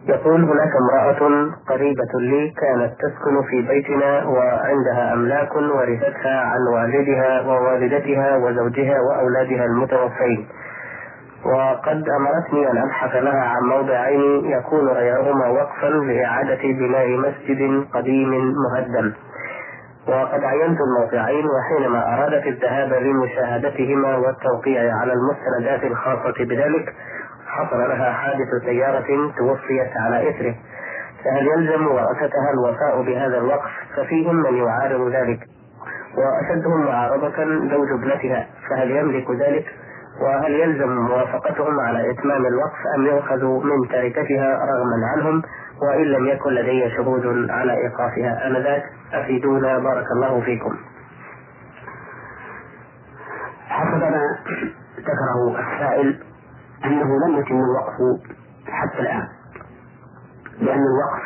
يقول: هناك امرأة قريبة لي كانت تسكن في بيتنا وعندها أملاك ورثتها عن والدها ووالدتها وزوجها وأولادها المتوفين، وقد أمرتني أن أبحث لها عن موضعين يكون غيرهما وقفا لإعادة بناء مسجد قديم مهدم، وقد عينت الموقعين، وحينما أرادت الذهاب لمشاهدتهما والتوقيع على المستندات الخاصة بذلك حصل لها حادث سيارة توفيت على إثره، فهل يلزم ورثتها الوفاء بهذا الوقف؟ ففيهم من يعارض ذلك، وأشدهم معارضة زوج ابنتها، فهل يملك ذلك؟ وهل يلزم موافقتهم على إتمام الوقف أم يؤخذ من تركتها رغما عنهم وإن لم يكن لدي شهود على إيقافها آنذاك؟ أفيدونا بارك الله فيكم. حسب ما ذكره السائل أنه لم يتم الوقف حتى الآن، لأن الوقف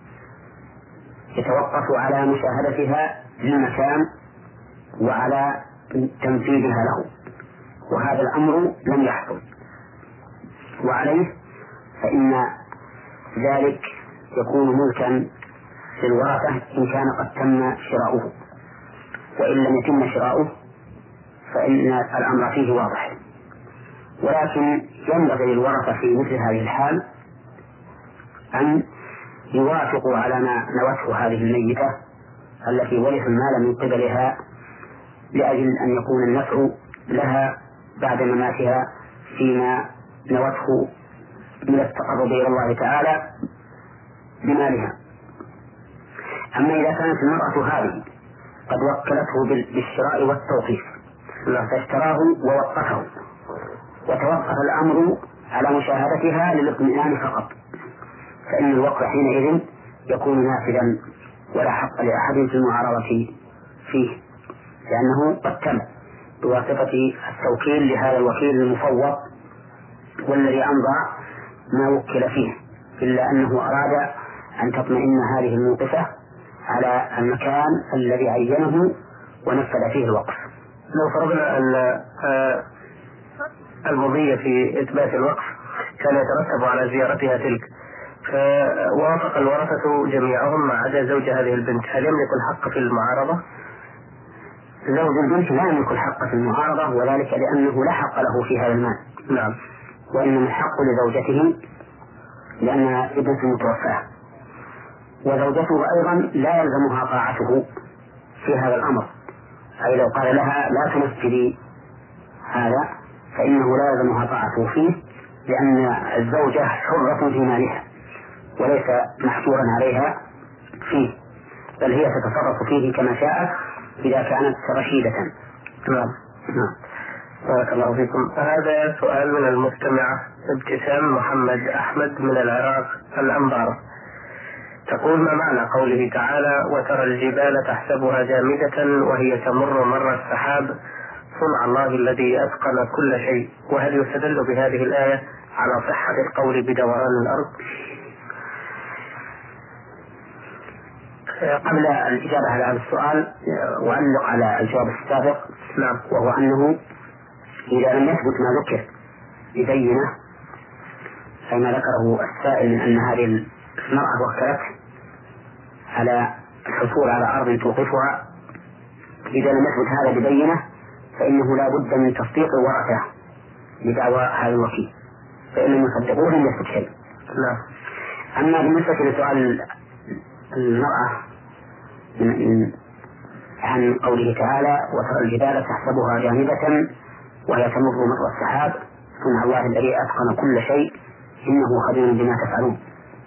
يتوقف على مشاهدتها للمكان وعلى تنفيذها له، وهذا الأمر لم يحصل، وعليه فإن ذلك يكون ملكا للورثة إن كان قد تم شراؤه، وإن لم يتم شراؤه فإن الأمر فيه واضح. ولكن ينبغي للورثة في مثل هذه الحال أن يوافقوا على ما نوته هذه الميتة التي ورث المال من قبلها، لأجل أن يكون النفع لها بعد مماتها فيما نوته من التقرب إلى الله تعالى بمالها. أما إذا كانت المرأة هذه قد وكلته بالشراء والتوقيف فاشتراه ووقفه وتوقف الأمر على مشاهدتها للاطمئنان فقط، فإن الوقف حينئذ يكون نافذا ولا حق لأحد في المعارضة فيه، لأنه قد تم بواسطة التوكيل لهذا الوكيل المفوض والذي أمضى ما وكل فيه، إلا أنه أراد أن تطمئن هذه الموقفة على المكان الذي عينه ونفذ فيه الوقف. لو فرضنا أن المضي في إثبات الوقف كان يترتب على زيارتها تلك، فوافق الورثة جميعهم ما عدا زوج هذه البنت، هل يملك الحق في المعارضة؟ زوج البنت لا يملك الحق في المعارضة، وذلك لأنه لا حق له في هذا المال. نعم. وإنما الحق لزوجته لأنها ابنة متوفاة، وزوجته أيضا لا يلزمها طاعته في هذا الأمر، أي لو قال لها لا تنفذي هذا فإنه لا يلزمها طاعته فيه، لأن الزوجة حرة في مالها وليس محصورا عليها فيه، بل هي تتصرف فيه كما شاءت إذا كانت رشيدة. نعم. بارك الله فيكم. هذا سؤال من المستمعة ابتسام محمد أحمد من العراق الأنبار، تقول: ما معنى قوله تعالى: وترى الجبال تحسبها جامدة وهي تمر مر السحاب صنع الله الذي أتقن كل شيء؟ وهل يستدل بهذه الآية على صحة القول بدوران الأرض؟ قبل الإجابة على هذا السؤال وأعلق على الجواب السابق. نعم. وهو أنه إذا لم يثبت ما ذكر ببينة فيما ذكره السائل من أن هذه المرأة وكلته على الحصول على أرض توقفها، إذا لم يثبت هذا ببينة فإنه لا بد من تصديق الورثة بدعوى هذا الوكيل، فإن لم يصدقوه لم يثبت شيء. نعم. أما بالنسبة لسؤال المرأة عن قوله تعالى: وترى الجبال تحسبها جامدة وهي تمر مر السحاب صنع الله الذي أتقن كل شيء إنه خبير بما تفعلون،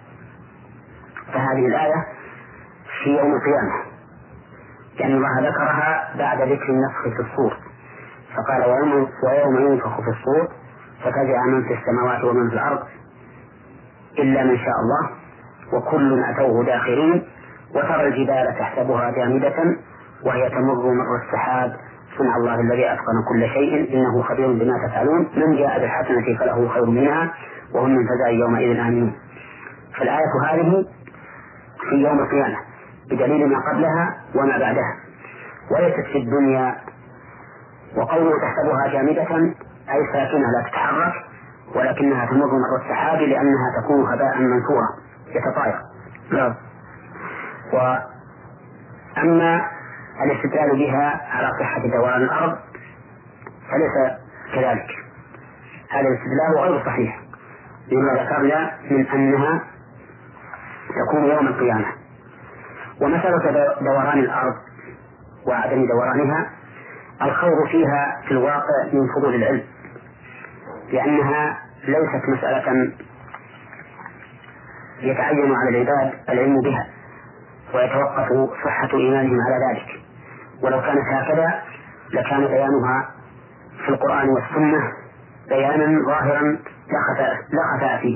فهذه الآية في يوم القيامة، لأن الله ذكرها بعد ذكر النفخ في الصور، فقال: ويوم ينفخ في الصور ففزع من في السماوات ومن في الأرض إلا من شاء الله وكل أتوه داخرين وترى الجبال تحسبها جامدة وهي تمر مر السحاب صنع الله الذي أتقن كل شيء إنه خبير بما تفعلون من جاء بالحسنة فله خير منها وهم من فزع يومئذ آمنون. فالآية هذه في يوم القيامة بدليل ما قبلها وما بعدها، وليست في الدنيا. وقوله تحسبها جامدة أي ساكنة لا تتحرك، ولكنها تمر مر السحاب لأنها تكون هباء منثورا يتطاير. وأما الاستدلال بها على صحة دوران الأرض فليس كذلك، هذا الاستدلال غير صحيح لما ذكرنا من أنها تكون يوم القيامة. ومسألة دوران الأرض وعدم دورانها الخوض فيها في الواقع من فضول العلم، لأنها ليست مسألة يتعين على العباد العلم بها ويتوقف صحة إيمانهم على ذلك، ولو كانت هكذا لكان بيانها في القرآن والسنة بيانا ظاهرا لا خفاء فيه.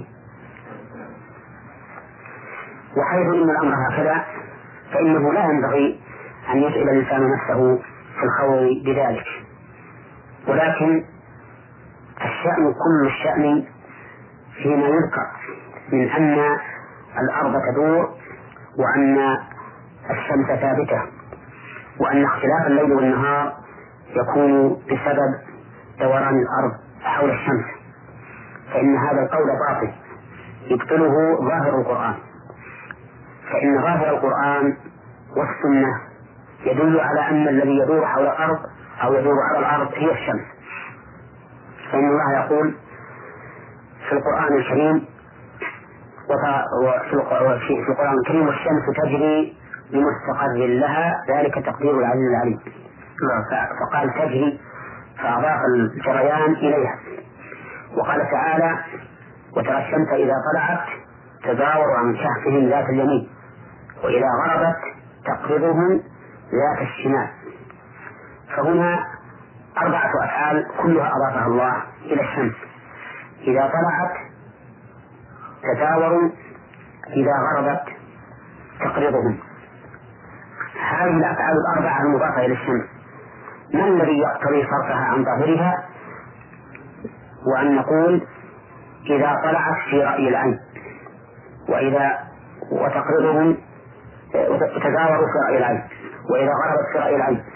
وحيث إن الأمر هكذا فإنه لا ينبغي أن يسئل الإنسان نفسه في الخوض بذلك، ولكن الشأن كل الشأن فيما يذكر من أن الأرض تدور وأن الشمس ثابتة وأن اختلاف الليل والنهار يكون بسبب دوران الأرض حول الشمس، فإن هذا القول باطل يبطله ظاهر القرآن، فإن ظاهر القرآن والسنة يدل على أن الذي يدور حول الأرض أو يدور على الأرض هي الشمس. فإن الله يقول في القرآن الكريم وفي القرآن الكريم والشمس تجري لمستقر لها ذلك تقدير العزيز العليم، فقال تجري فأضاف الجريان إليها. وقال تعالى وترى الشمس إذا طلعت تزاور عن كهفهم ذات اليمين وإذا غربت تقرضهم ذات الشمال. فهنا 4 أفعال كلها أضافها الله إلى الشمس: إذا طلعت تزاور، إذا غربت تقرضهم. هذه الأفعال 4 المضافة إلى الشمس ما الذي يقتضي صرفها عن ظاهرها وأن نقول إذا طلعت في رأي العين وتقرضهم تزاوروا في رأي العين، وإذا غربت في رأي العين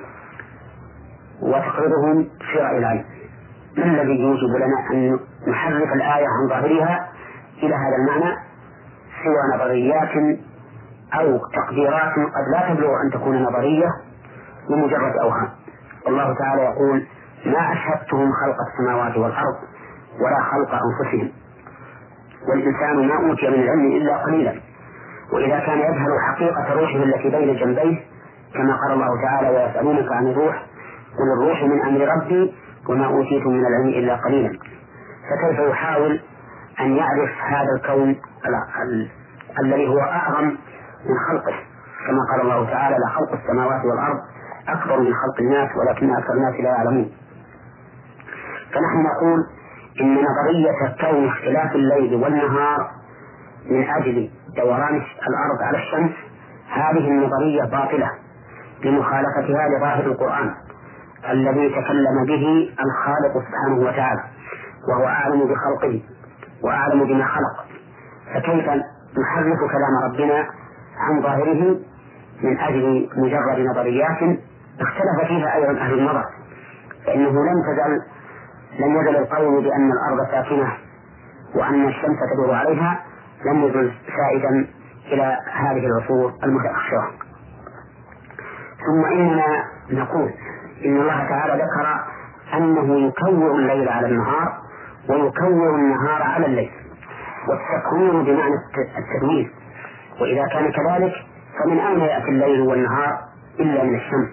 وتقرضهم في رأي العين؟ ما الذي يوجب لنا أن نحرف الآية عن ظاهرها إلى هذا المعنى سوى نظريات أو تقديرات قد لا تبلغ أن تكون نظرية بمجرد أوهام؟ الله تعالى يقول ما أشهدتهم خلق السماوات والأرض ولا خلق أنفسهم والإنسان ما أوتي من العلم إلا قليلا. وإذا كان يجهل حقيقة روحه التي بين جنبيه كما قال الله تعالى ويسألونك عن الروح قل الروح من أمر ربي وما أوتيتم من العلم إلا قليلا، فكيف يحاول أن يعرف هذا الكون الذي هو أعظم من خلقه؟ كما قال الله تعالى لخلق السماوات والأرض أكبر من خلق الناس ولكن أكثر الناس لا يعلمون. فنحن نقول إن نظرية كون اختلاف الليل والنهار من أجل دوران الأرض على الشمس هذه النظرية باطلة لمخالفتها لظاهر القرآن الذي تكلم به الخالق سبحانه وتعالى وهو أعلم بخلقه وأعلم بما خلق، فكيف نحرف كلام ربنا عن ظاهره من أجل مجرد نظريات اختلف فيها أيضا أهل النظر؟ فإنه لم يزل القول بأن الأرض ساكنة وأن الشمس تدور عليها لم يزل سائدا إلى هذه العصور المتأخرة. ثم إننا نقول إن الله تعالى ذكر أنه يكور الليل على النهار ويكور النهار على الليل، والتكوير بمعنى التدوير، وإذا كان كذلك فمن أين يأتي الليل والنهار إلا من الشمس؟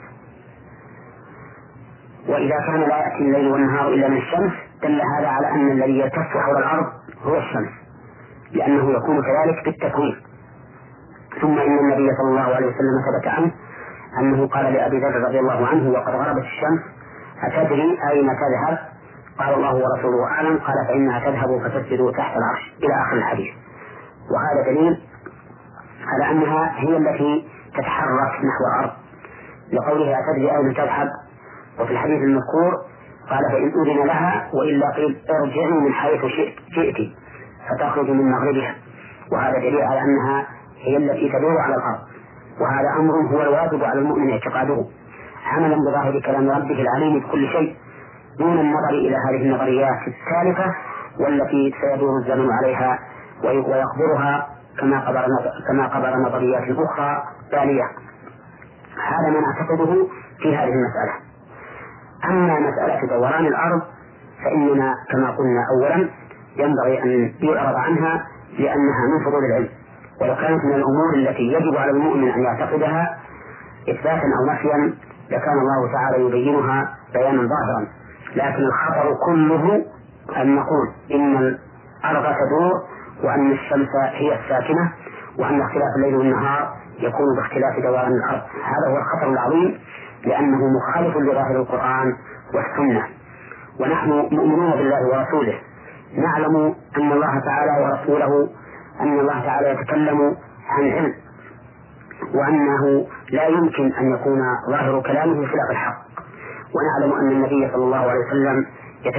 وإذا كان لا يأتي الليل والنهار إلا من الشمس دل هذا على أن الذي يلتف حول الأرض هو الشمس لأنه يكون كذلك بالتكوير. ثم إن النبي صلى الله عليه وسلم ثبت عنه أنه قال لأبي ذر رضي الله عنه وقد غربت الشمس أتدري أين تذهب؟ قال الله ورسوله أعلم، قال فإنها تذهب فتسجد تحت العرش إلى آخر الحديث. وهذا دليل على أنها هي التي تتحرك نحو الأرض لقولها أتدري أين تذهب. وفي الحديث المذكور قال فإن أذن لها وإلا قيل ارجعي من حيث شئت فتخرج من مغربها، وهذا دليل على أنها هي التي تدور على الأرض، وهذا أمر هو الواجب على المؤمن اعتقاده عملا بظاهر كلام ربه العليم بكل شيء دون النظر إلى هذه النظريات الثالثة والتي سيدور الزمن عليها ويقبرها كما قبر نظريات أخرى بالية. هذا ما نعتقده في هذه المسألة. أما مسألة دوران الأرض فإننا كما قلنا أولا ينبغي أن يعرض عنها لأنها من فضول العلم، ولو كانت من الأمور التي يجب على المؤمن أن يعتقدها إثباتا أو نفيا لكان الله تعالى يبينها بيانا ظاهرا. لكن الخطر كله أن نقول إن الأرض تدور وأن الشمس هي الساكنة وأن اختلاف الليل والنهار يكون باختلاف دوران الأرض. هذا هو الخطر العظيم لأنه مخالف لظاهر القرآن والسنة. ونحن مؤمنون بالله ورسوله، نعلم أن الله تعالى ورسوله أن الله تعالى يتكلم عن علم، وأنه لا يمكن أن يكون ظاهر كلامه خلاف الحق، ونعلم أن النبي صلى الله عليه وسلم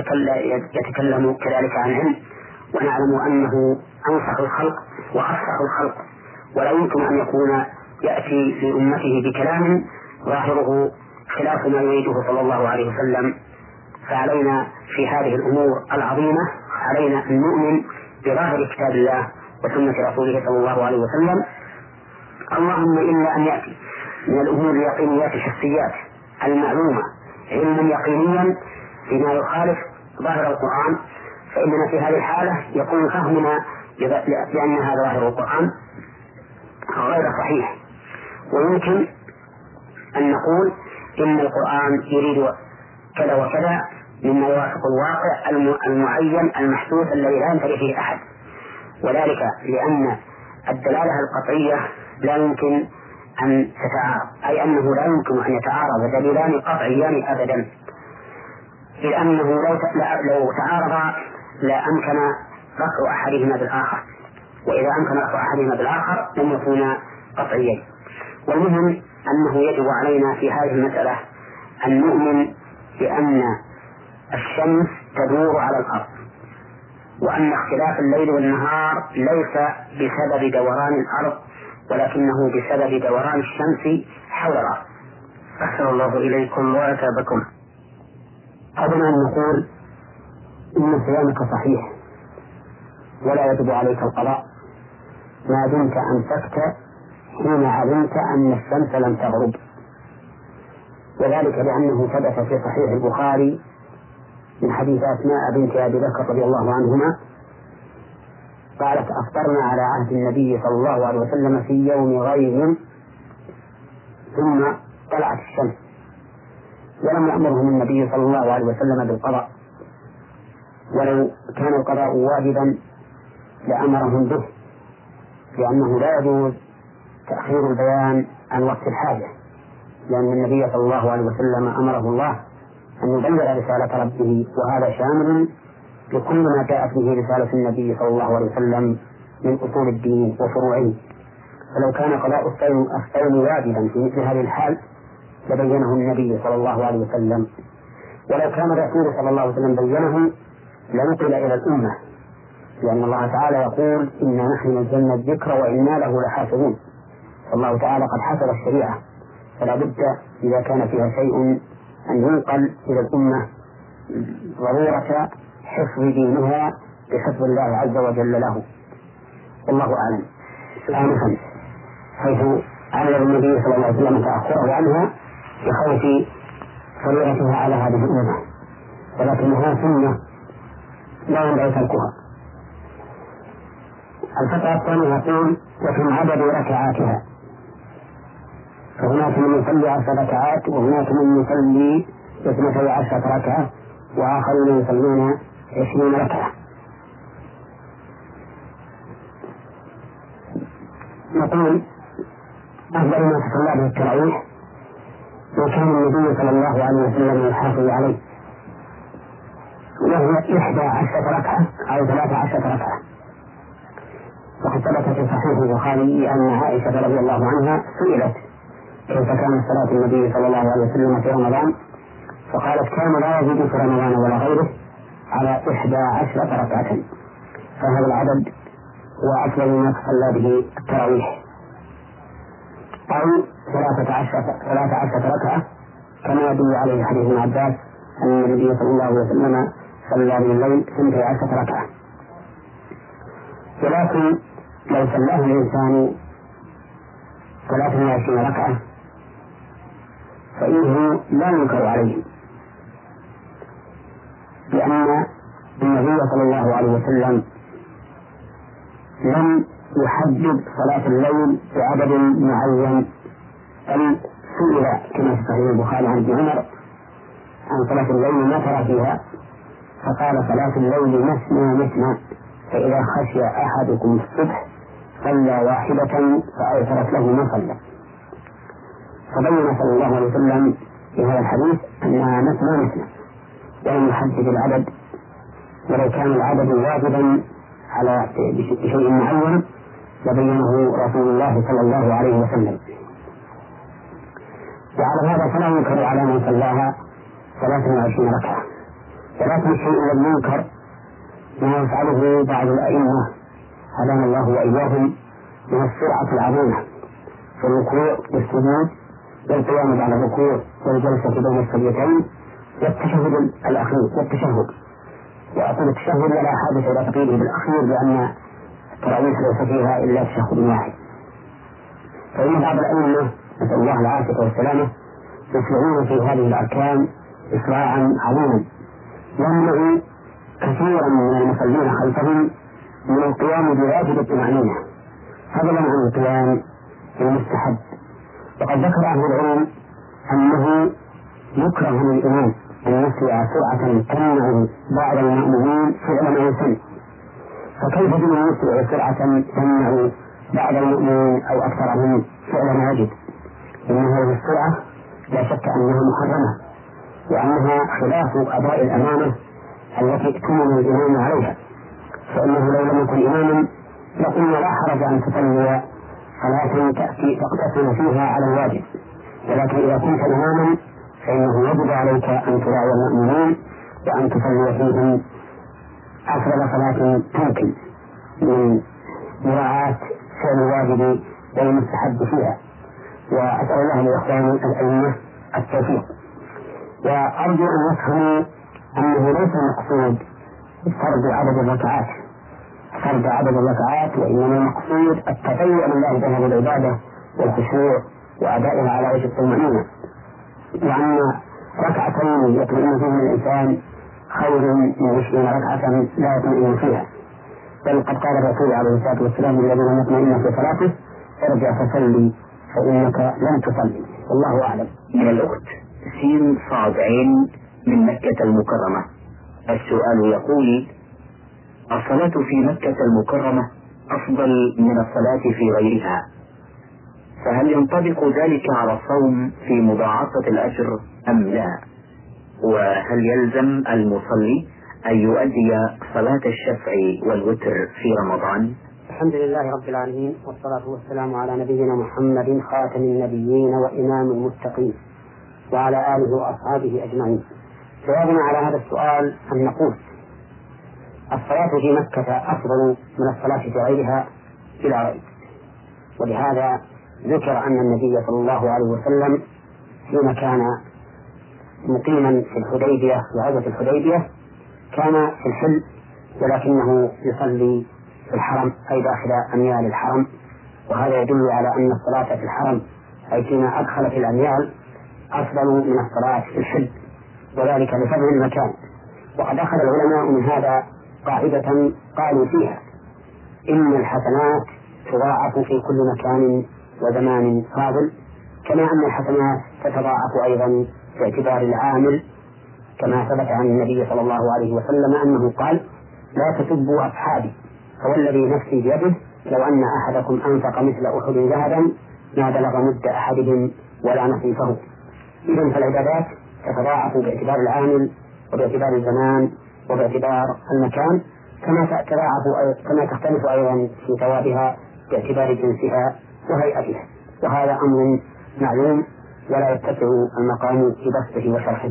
يتكلم كذلك عن علم، ونعلم أنه أنصح الخلق وأفصح الخلق، ولا يمكن أن يكون يأتي لأمته بكلام ظاهره خلاف ما يريده صلى الله عليه وسلم. فعلينا في هذه الأمور العظيمة علينا أن نؤمن بظاهر كتاب الله وسنة رسوله صلى الله عليه وسلم، اللهم إلا أن يأتي من الأمور اليقينيات الحسيات المعلومة علما يقينيا بما يخالف ظاهر القرآن، فإننا في هذه الحالة يكون فهمنا بأن هذا ظاهر القرآن غير صحيح، ويمكن أن نقول إن القرآن يريد كذا وكذا مما يوافق الواقع المعين المحسوس الذي لا ينتهي فيه أحد، وذلك لأن الدلالة القطعية لا يمكن أن تتعارض، أي أنه لا يمكن أن يتعارض دليلان قطعيان أبدا، لأنه لو تعارضا لا أمكن رفع أحدهما بالآخر، وإذا أمكن رفع أحدهما بالآخر لم يكونا قطعيين. والمهم أنه يجب علينا في هذه المسألة أن نؤمن بأن الشمس تدور على الأرض، وأن اختلاف الليل والنهار ليس بسبب دوران الأرض ولكنه بسبب دوران الشمس حول الأرض. أحسن الله إليكم وأتابكم. قبل أن نقول إن صيامك صحيح ولا يجب عليك القضاء ما دمت أمسكت حين علمت أن الشمس لم تغرب، وذلك لأنه ثبت في صحيح البخاري من حديث أسماء بنت أبي بكر رضي الله عنهما قالت أفطرنا على عهد النبي صلى الله عليه وسلم في يوم غيم ثم طلعت الشمس، ولم يأمرهم النبي صلى الله عليه وسلم بالقضاء، ولو كان القضاء واجبا لأمرهم به، لأنه لا يجوز تأخير البيان عن وقت الحاجة، لأن النبي صلى الله عليه وسلم أمره الله أن يبلغ رسالة ربه، وهذا شامل لكل ما جاءت به رسالة النبي صلى الله عليه وسلم من أصول الدين وفروعه. فلو كان قضاء الصوم واجبا في مثل هذه الحال لبينه النبي صلى الله عليه وسلم، ولو كان الرسول صلى الله عليه وسلم بينه لنقل إلى الأمة، لأن الله تعالى يقول إنا نحن نزلنا الذكر وإنا له لحافظون، فالله تعالى قد حفظ الشريعة، فلا بد إذا كان فيها شيء أن ينقل إلى الأمة ضرورة حفظ دينها بحفظ الله عز وجل له، والله أعلم. الآن 5 حيث علم النبي صلى الله عليه وسلم تأخره عنها بخوف فريرتها على هذه الأمة، ولكنها سنة لا ينبغي تركها. الفترة الثانية يقول وكم عدد ركعاتها، فهناك من يصلي 10 ركعات وهناك من يصلي 12 ركعة وآخرين يصلون 20 ركعة. نقول أفضل ما تصلى به التراويح وكان النبي صلى الله عليه وسلم يحافظ عليه، وهو 11 ركعة أو 13 ركعة. وقد ثبت في صحيح البخاري أن عائشة رضي الله عنها سئلت كيف كانت صلاة النبي صلى الله عليه وسلم في رمضان، فقالت كان لا يزيد في رمضان ولا غيره على 11 ركعة، فهذا العدد هو أفضل ما تصلى به التراويح، أو 13 ركعة كما يدل عليه حديث ابن عباس أن النبي صلى الله عليه وسلم صلى من الليل 12 ركعة. ولكن لو صلاه الإنسان 23 ركعة فإنه لا ينكر عليه، لأن النبي صلى الله عليه وسلم لم يحدد صلاة الليل بعدد معين، بل سئل كما في صحيح البخاري عن ابن عمر عن صلاة الليل ما ترى فيها، فقال صلاة الليل مثنى مثنى، فإذا خشي أحدكم الصبح صلى واحدة فأوترت له ما صلى. فبين صلى الله عليه وسلم في هذا الحديث أنها مثنى مثنى ولم يحدد العدد، ولو كان العدد واجبا على بشيء معين لبينه رسول الله صلى الله عليه وسلم. وعلى هذا فلا ينكر على من صلاها 23 ركعة. ولكن الشيء الذي ينكر ما يفعله بعض الأئمة هدانا الله وإياهم من السرعة العظيمة في الركوع والسجود والقيام بعد الركوع والجلسة بين السجدتين والتشهد الأخير والتشهد. وأقول التشهد ولا حاجة إلى تقييده بالأخير لأن التراويح ليس فيها إلا تشهد واحد. فإن بعض الأئمة نسأل الله العافية والسلامة يسرعون في هذه الأركان إسراعا عظيما، يمنع كثيرا من المصلين خلفهم من القيام بواجب الطمأنينة فضلا عن القيام بالمستحب. وقد ذكر أهل العلم أنه يكره للإمام أن يسرع سرعة تمنع بعض المأمومين فعل ما يسن، فكيف بمن يسرع سرعة تمنع بعض المؤمنين أو أكثرهم فعل ما يجب؟ إن هذه السرعة لا شك أنها محرمة، وأنها خلاف أداء الأمانة التي ائتمن الإمام عليها، فإنه لو لم يكن إماما لقلنا لا حرج أن تصلي صلاة تقتصر فيها على الواجب، ولكن إذا كنت إماما فإنه يجب عليك أن تراعي المأمونين وأن تصلي فيهم أفضل صلاة ممكن من مراعاة فعل الواجب والمستحب فيها. وأسأل الله لإخواني الأئمة التوفيق. وأرجو أن يفهموا أنه ليس المقصود فرض عدد الركعات، وإنما المقصود التطيع لله جل بالعبادة والخشوع وأدائها على وجه الطمأنينة، وأن ركعتين يطمئن فيهما الإنسان خير من 20 ركعة لا يطمئن فيها. بل قد قال الرسول عليه الصلاة والسلام الذي لم يطمئن في صلاته ارجع فصلي فإنك لم تصلي. والله أعلم. من الأخت سين صاد عين من مكة المكرمة، السؤال يقول: الصلاة في مكة المكرمة أفضل من الصلاة في غيرها، فهل ينطبق ذلك على الصوم في مضاعفة الأجر أم لا؟ وهل يلزم المصلي أن يؤدي صلاة الشفع والوتر في رمضان؟ الحمد لله رب العالمين، والصلاة والسلام على نبينا محمد خاتم النبيين وإمام المتقين وعلى آله وأصحابه أجمعين. جوابنا على هذا السؤال أن نقول: الصلاة في مكة أفضل من الصلاة في غيرها بلا ريب، ولهذا ذكر أن النبي صلى الله عليه وسلم حين كان مقيما في الحديبية في غزوة الحديبية كان في الحل، ولكنه يصلي في الحرم أي داخل أميال الحرم، وهذا يدل على أن الصلاة في الحرم أي فيما أدخل في الأميال أفضل من الصلاة في الحل، وذلك لفضل المكان. وقد أخذ العلماء من هذا قاعدة قالوا فيها: إن الحسنات تضاعف في كل مكان وزمان فاضل، كما أن الحسنات تتضاعف أيضا باعتبار العامل، كما ثبت عن النبي صلى الله عليه وسلم أنه قال: لا تسبوا أصحابي، فوالذي نفسي بيده لو أن أحدكم أنفق مثل أحد ذهبا ما بلغ مد أحدهم ولا نصيفه. إذن فالعبادات تتضاعف باعتبار العامل وباعتبار الزمان وباعتبار المكان، كما تختلف أيضا في ثوابها باعتبار جنسها وهيئتها، وهذا أمر معلوم ولا يتسع المقام في بسطه وشرحه.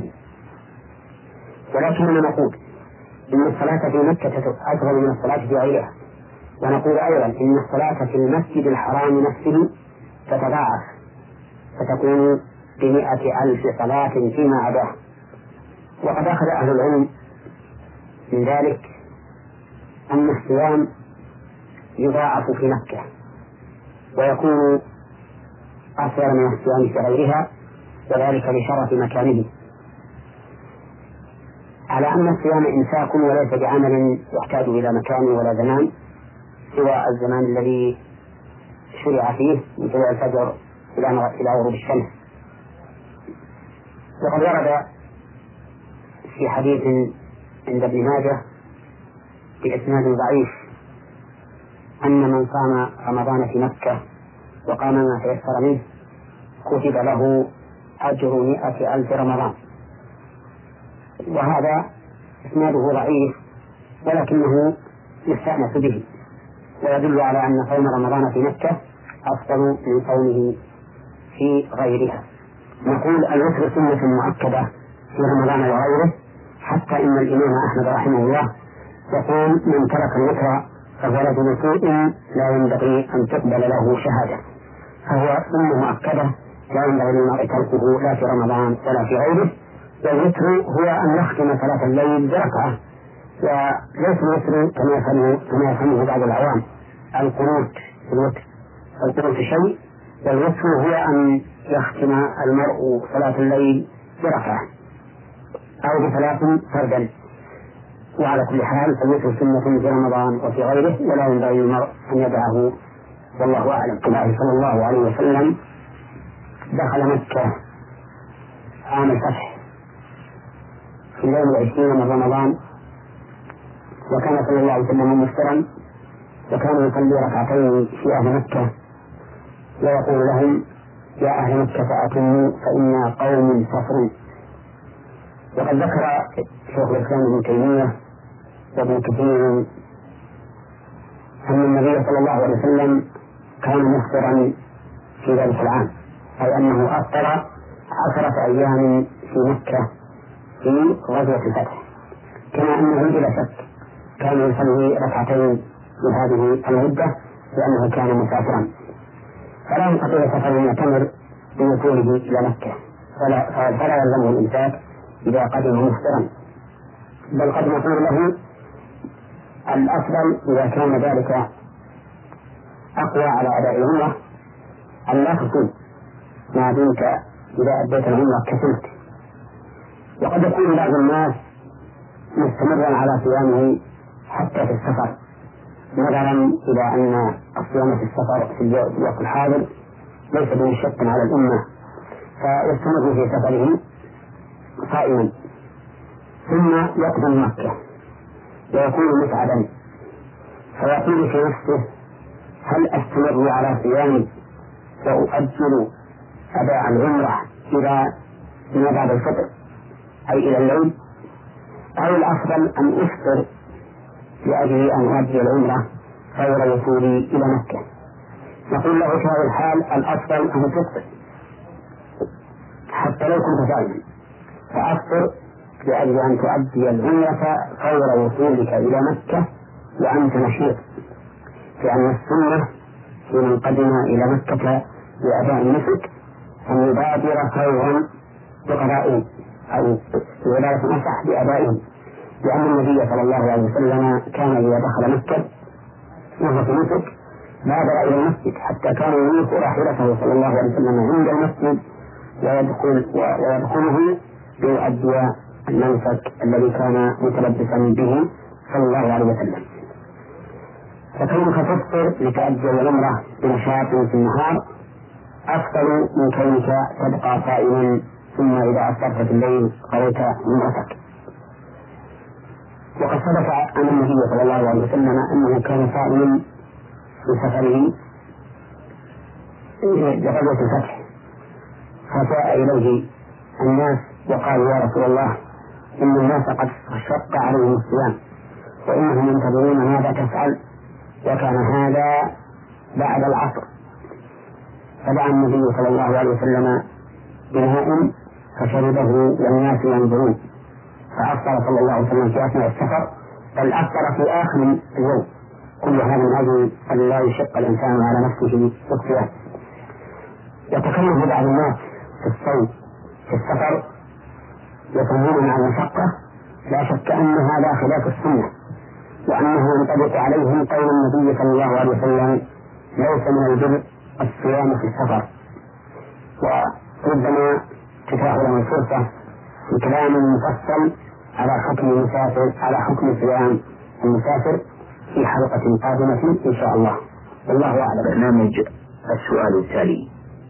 ولكننا نقول إن الصلاة في مكة أفضل من الصلاة في غيرها، ونقول أيضا إن الصلاة في المسجد الحرام نفسه تتضاعف فتكون ب100,000 صلاة فيما عداه. وقد أخذ أهل العلم من ذلك أن الصيام يضاعف في مكة ويكون أفضل من الصيام في غيرها، وذلك لشرف مكانه، على أن الصيام إمساك وليس بعمل يحتاج إلى مكان ولا زمان سوى الزمان الذي شرع فيه من طلوع الفجر إلى غروب الشمس. وقد ورد في حديث عند ابن ماجه بإسناد ضعيف أن من صام رمضان في مكة وقام ما تيسر منه كتب له أجر 100,000 رمضان، وهذا إسناده ضعيف ولكنه يستأنس به، ويدل على أن صوم رمضان في مكة أفضل من صومه في غيرها. نقول الوتر سنة مؤكدة في رمضان وغيره، حتى إن الإمام أحمد رحمه الله يقول من ترك الوتر فهو رجل سوء لا ينبغي أن تقبل له شهادة، فهو سنة مؤكدة لا ينبغي للمرء تركه لا في رمضان ولا في غيره. والوتر هو أن يختم صلاة الليل بركعة، وليس الوتر كما يفهمه بعض العوام القنوت في الوتر، القنوت شيء، والوتر هو أن يختم المرء صلاة الليل بركعة أو بثلاث فردا. وعلى كل حال فالوتر سنة في رمضان وفي غيره، ولا ينبغي للمرء أن يدعه، والله أعلم. الله صلى الله عليه وسلم دخل مكة عام الفتح في اليوم 20 من رمضان، وكان صلى الله عليه وسلم مفطرا، وكان يصلي ركعتين في أهل مكة ويقول لهم يا أهل مكة فأتموا فإنا قوم سفر. وقد ذكر شيخ الإسلام ابن تيمية وابن كثير أن النبي صلى الله عليه وسلم كان مفطرا في ذلك العام، أي أنه أفطر 10 أيام في مكة في غزوة الفتح، كما أنه بلا شك كان يصلي ركعتين في هذه المدة لأنه كان مسافرا، فلا يستطيع سفر يعتمر بوصوله إلى مكة، فلا يلزمه الإمساك إذا قدم مفطرا، بل قد نقول له الأفضل إذا كان ذلك أقوى على أداء العمرة أن لا تصوم ما دمت إذا أديت العمرة كسلت. وقد يكون بعض الناس مستمرا على صيامه حتى في السفر، نظرا إلى أن الصيام في السفر في الوقت الحاضر ليس بمشق على الأمة، فيستمر في سفره صائما، ثم يقدم مكة ويكون مسعدا، فيقول في نفسه هل أستمر على صيامي وأؤجل أداء العمرة إلى بعد الفطر أي إلى الليل، أو الأفضل أن أفطر لأجل أن أؤدي العمرة فور وصولي إلى مكة. نقول له في هذا الحال الأفضل أن تفطر حتى لو كنت صائما، فأفطر لأجل أن تؤدي العمرة فور وصولك إلى مكة وأنت نشيط، لأن السنة في من قدم إلى مكة لأداء النسك أن يبادر فورا بقضائه أو بولاية أصح بأدائه، لأن النبي صلى الله عليه وسلم كان إذا دخل مكة وهو في نسك بادر إلى المسجد حتى كان يملك راحلته صلى الله عليه وسلم عند المسجد ويدخله ليؤدي المنسك الذي كان متلبسا به صلى الله عليه وسلم. فكونك تفطر لتؤدي العمرة بنشاط في النهار أفضل من كونك تبقى صائما ثم إذا أفطرت في الليل قضيت عمرتك. وقد ثبت عن النبي صلى الله عليه وسلم أنه كان صائما في سفره لغزوة الفتح، فجاء إليه الناس وقالوا يا رسول الله إن الناس قد شق عليهم الصيام وإنهم ينتظرون ماذا تفعل، وكان هذا بعد العصر، فدعا النبي صلى الله عليه وسلم بماء فشربه والناس ينظرون، فأفطر صلى الله عليه وسلم في أثناء السفر، بل أفطر في آخر اليوم. كل هذا من أجل أن لا يشق الإنسان على نفسه بالصيام. يتكلم بعض الناس في الصوم في السفر يصومون مع المشقة لا شك أن هذا خلاف السنة، وأنه ينطبق عليه قول النبي صلى الله عليه وسلم: ليس من البر الصيام في السفر. وربما تتاح له الفرصة بكلام مفصل على حكم المسافر، على حكم صيام المسافر في حلقة قادمة إن شاء الله. والله أعلم. برنامج السؤال التالي: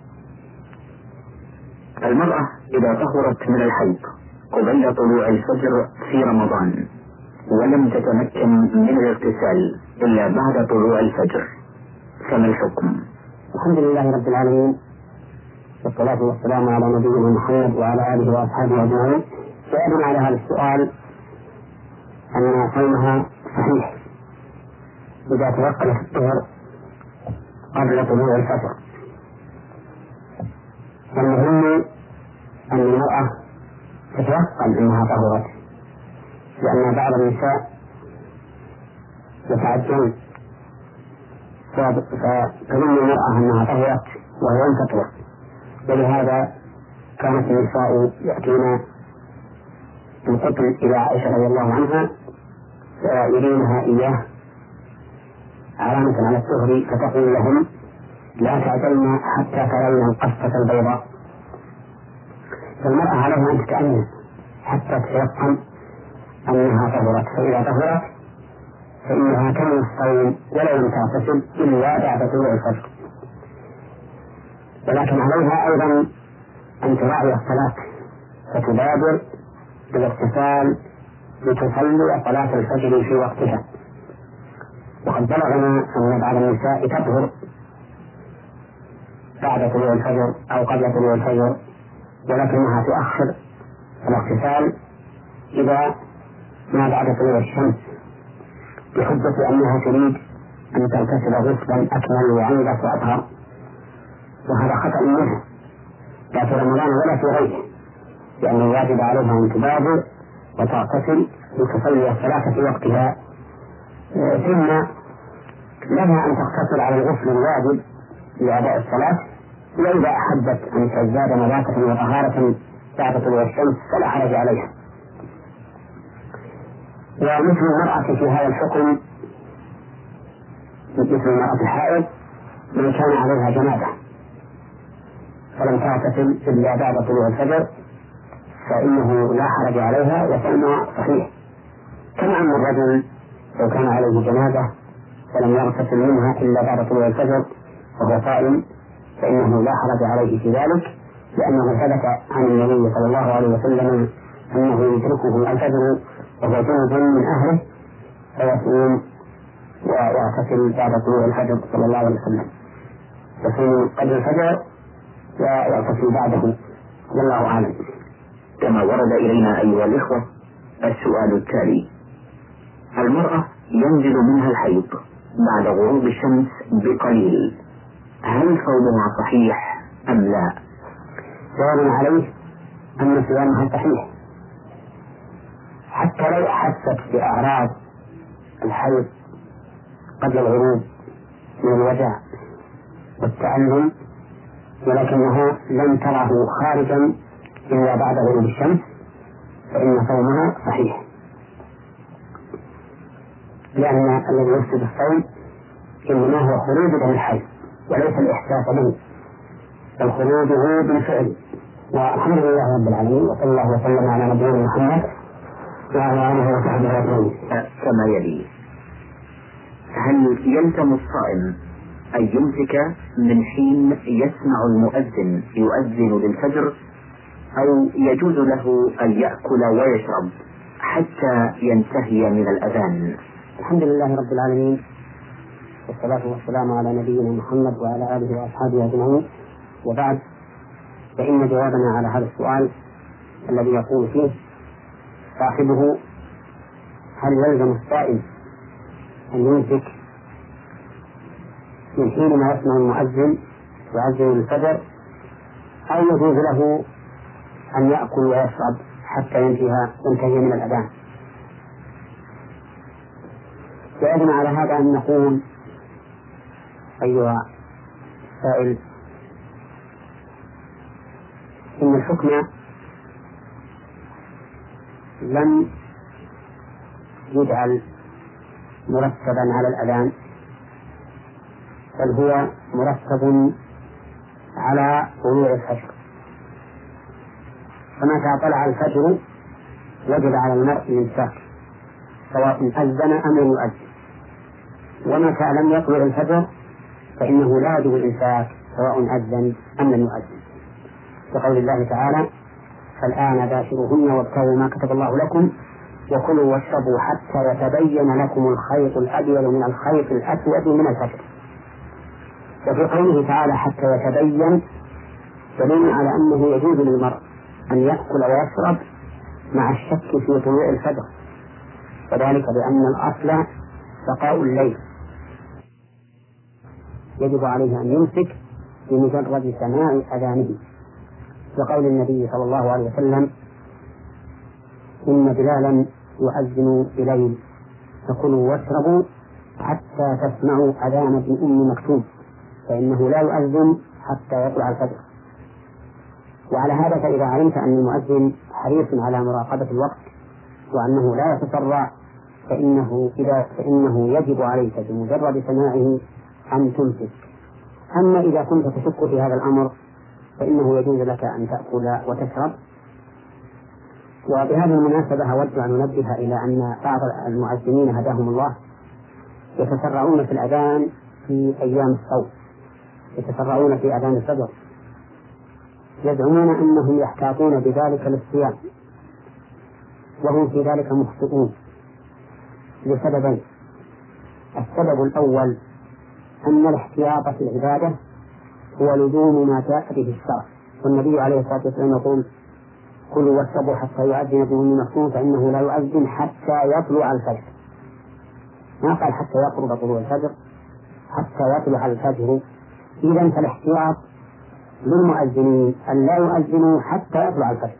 المرأة إذا طهرت من الحيض قبيل طلوع الفجر في رمضان ولم تتمكن من الاغتسال إلا بعد طلوع الفجر، فما الحكم؟ الحمد لله رب العالمين، والصلاة والسلام على نبينا محمد وعلى آله وأصحابه أجمعين. جوابنا على هذا السؤال أن صومها صحيح إذا توقفت الطهر قبل طلوع الفجر. والمهم أن المرأة تتيقن أنها طهرت، لأن بعض النساء يتعجلن فتظن المرأة أنها طهرت وهي لم تطهر، ولهذا كانت النساء يأتين القتل إلى عائشة رضي الله عنها فيرينها إياه علامة على الطهر، فتقول لهم: لا تعجلن حتى ترين القصة البيضاء. فالمرأة عليها أن تتأمل حتى تتيقن أنها طهرت، فإذا طهرت فإنها تنوي الصوم ولو لم تغتسل إلا بعد طلوع الفجر. ولكن عليها أيضا أن تراعي الصلاة فتبادر بالاغتسال لتصلي صلاة الفجر في وقتها. وقد بلغنا أن بعض النساء تطهر بعد طلوع الفجر أو قبل طلوع الفجر، ولكنها تؤخر الاغتسال إذا ما بعد طلوع الشمس بحجة أنها تريد أن تغتسل غسلا أكمل وأنظف وأطهر، وهذا خطأ منها لا في رمضان ولا في غيره، لأن الواجب عليها أن تبادر وتغتسل لتصلي الصلاة في وقتها، ثم لها أن تقتصر على الغسل الواجب لأداء الصلاة، وإذا أحبت أن تزداد نظافة وطهارة بعد طلوع الشمس فلا حرج عليها. ومثل المرأة في هذا الحكم مثل المرأة الحائض من كان عليها جنابة فلم تغتسل إلا بعد طلوع الفجر فإنه لا حرج عليها وصومها صحيح، كما أن الرجل لو كان عليه جنابة فلم يغتسل منها إلا بعد طلوع الفجر وهو صائم فإنه لا حرج عليه في ذلك، لأنه ثبت عن النبي صلى الله عليه وسلم أنه يدركه الفجر وهو جنب من أهله فيصوم ويغتسل بعد طلوع الفجر صلى الله عليه وسلم، يصوم قبل الفجر ويغتسل بعده، والله أعلم. كما ورد إلينا أيها الإخوة السؤال التالي: المرأة ينزل منها الحيض بعد غروب الشمس بقليل، هل صومها صحيح أم لا؟ جواب عليه أن صيامها صحيح حتى لو أحست بأعراض الحيض قبل الغروب من الوجع والتألم، ولكنها لم تره خارجا إلا بعد غروب الشمس، فإن صومها صحيح، لأن الذي يفسد الصوم إنما هو خروج دم الحيض وليس الإحساس به، بل خروجه بالفعل. والحمد لله رب العالمين، وصلى الله وسلم على نبينا محمد وعلى آله وصحبه أجمعين. كما يلي: هل يلزم الصائم أن يمسك من حين يسمع المؤذن يؤذن للفجر، أو يجوز له أن يأكل ويشرب حتى ينتهي من الأذان؟ الحمد لله رب العالمين، والصلاة والسلام على نبينا محمد وعلى آله وأصحابه أجمعين، وبعد، فإن جوابنا على هذا السؤال الذي يقول فيه صاحبه: هل يلزم الصائم أن يمسك من حين ما يسمع المؤذن يؤذن الفجر، أو يجوز له أن يأكل ويشرب حتى ينتهي من الأذان؟ جوابنا على هذا أن نقول أيها السائل: إن الحكم لم يجعل مرتبا على الأذان، بل هو مرتب على طلوع الفجر. فمتى طلع الفجر وجب على المرء الإمساك سواء أذن أم لم يؤذن، ومتى لم يطلع الفجر فإنه لا يجب الإمساك سواء أذن أم لم يؤذن، وقول الله تعالى: فالآن باشروهن وابتغوا ما كتب الله لكم وكلوا واشربوا حتى يتبين لكم الخيط الأبيض من الخيط الأسود من الفجر. وفي قوله تعالى حتى يتبين دليل على أنه يجوز للمرء أن يأكل ويشرب مع الشك في طلوع الفجر، وذلك لأن الأصل بقاء الليل، يجب عليه أن يمسك بمجرد سماع أذانه، وقول النبي صلى الله عليه وسلم: إن بلالا يؤذن بليل فكلوا واشربوا حتى تسمعوا أذان ابن أم مكتوم فإنه لا يؤذن حتى يطلع الفجر. وعلى هذا فإذا علمت أن المؤذن حريص على مراقبة الوقت وأنه لا يتسرع فإنه يجب عليك بمجرد سماعه أن تمسك. أما إذا كنت تشك في هذا الأمر فإنه يجوز لك أن تأكل وتشرب. وبهذه المناسبة أود أن ننبه إلى أن بعض المؤذنين هداهم الله يتسرعون في الأذان في أيام الصوم، يتسرعون في أذان الفجر، يزعمون أنهم يحتاطون بذلك للصيام، وهم في ذلك مخطئون لسببين: السبب الأول أن الاحتياط في العبادة هو لزوم ما جاء به الشرع، والنبي عليه الصلاة والسلام يقول: كلوا واشربوا حتى يؤذن ابن أم مكتوم فإنه لا يؤذن حتى يطلع الفجر. ما قال حتى يقرب طلوع الفجر، حتى يطلع الفجر. إذن فالاحتياط للمؤذنين أن لا يؤذنوا حتى يطلع الفجر.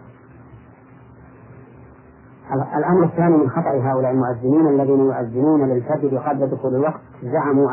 الأمر الثاني من خطأ هؤلاء المؤذنين الذين يؤذنون للفجر قبل دخول الوقت، زعموا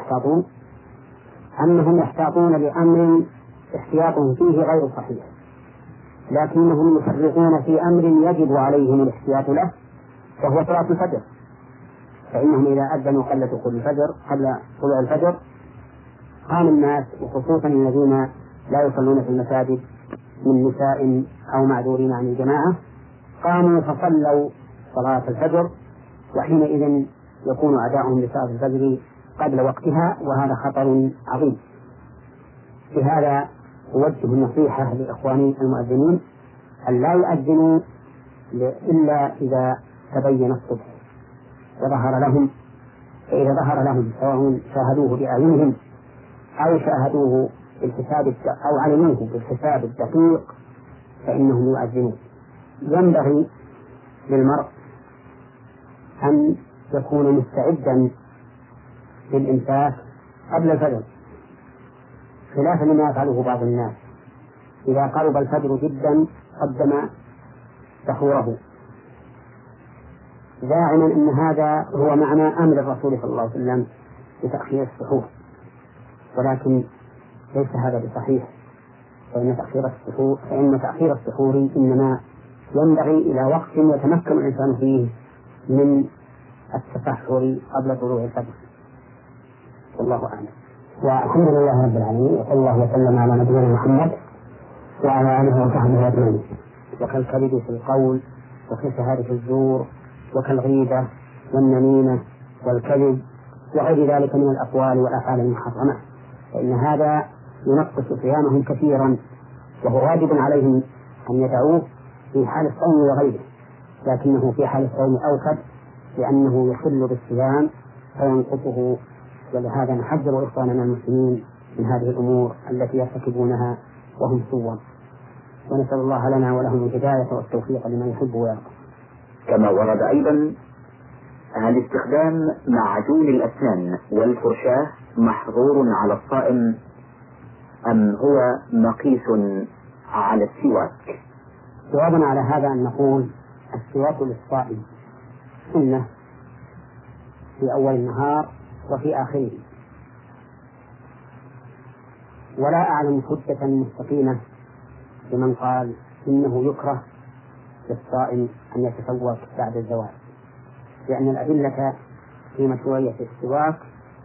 أنهم يحتاطون لأمر احتياطهم فيه غير صحيح، لكنهم يفرطون في أمر يجب عليهم الاحتياط له وهو صلاة الفجر. فإنهم إذا أذنوا قبل دخول الفجر قبل طلوع الفجر قام الناس، وخصوصا الذين لا يصلون في المساجد من نساء أو معذورين عن الجماعة، قاموا فصلوا صلاة الفجر، وحينئذ يكون أداؤهم لصلاة الفجر قبل وقتها، وهذا خطر عظيم. بهذا أوجه النصيحة لإخواني المؤذنين أن لا يؤذنوا إلا إذا تبين الصبح وظهر لهم، فإذا ظهر لهم سواء شاهدوه بأعينهم أو شاهدوه بالحساب أو علموه بالحساب الدقيق فإنهم يؤذنون. ينبغي للمرء أن يكون مستعدا للإمساك قبل الفجر، خلافا لما يفعله بعض الناس إذا قرب الفجر جدا قدم سحوره، زاعما أن هذا هو معنى أمر الرسول صلى الله عليه وسلم بتأخير السحور، ولكن ليس هذا بصحيح. فإن تأخير السحور إنما ينبغي إلى وقت يتمكن الإنسان فيه من التسحر قبل طلوع الفجر، والله أعلم. والحمد لله رب العالمين، وصلى الله وسلم على نبينا محمد وعلى آله وصحبه أجمعين. وكالكذب في القول، وكشهادة الزور، وكالغيبة والنميمة والكذب وغير ذلك من الأقوال والأفعال المحرمة، فإن هذا ينقص صيامهم كثيرا، وهو واجب عليهم أن يدعوه في حال الصوم وغيره، لكنه في حال الصوم أوكد لأنه يخل بالصيام فينقصه. ولهذا نحذر إخواننا المسلمين من هذه الأمور التي يرتكبونها وهم صوم، ونسأل الله لنا ولهم الهداية والتوفيق لما يحب ويرضى. كما ورد أيضا هل استخدام معجون الأسنان والفرشاة محظور على الصائم أم هو مقيس على السواك؟ جوابنا على هذا أن نقول السواك للصائم سنة في أول النهار وفي آخره، ولا أعلم حجة مستقيمة لمن قال إنه يكره للصائم أن يتسوك بعد الزوال، لأن الأدلة في مشروعية السواك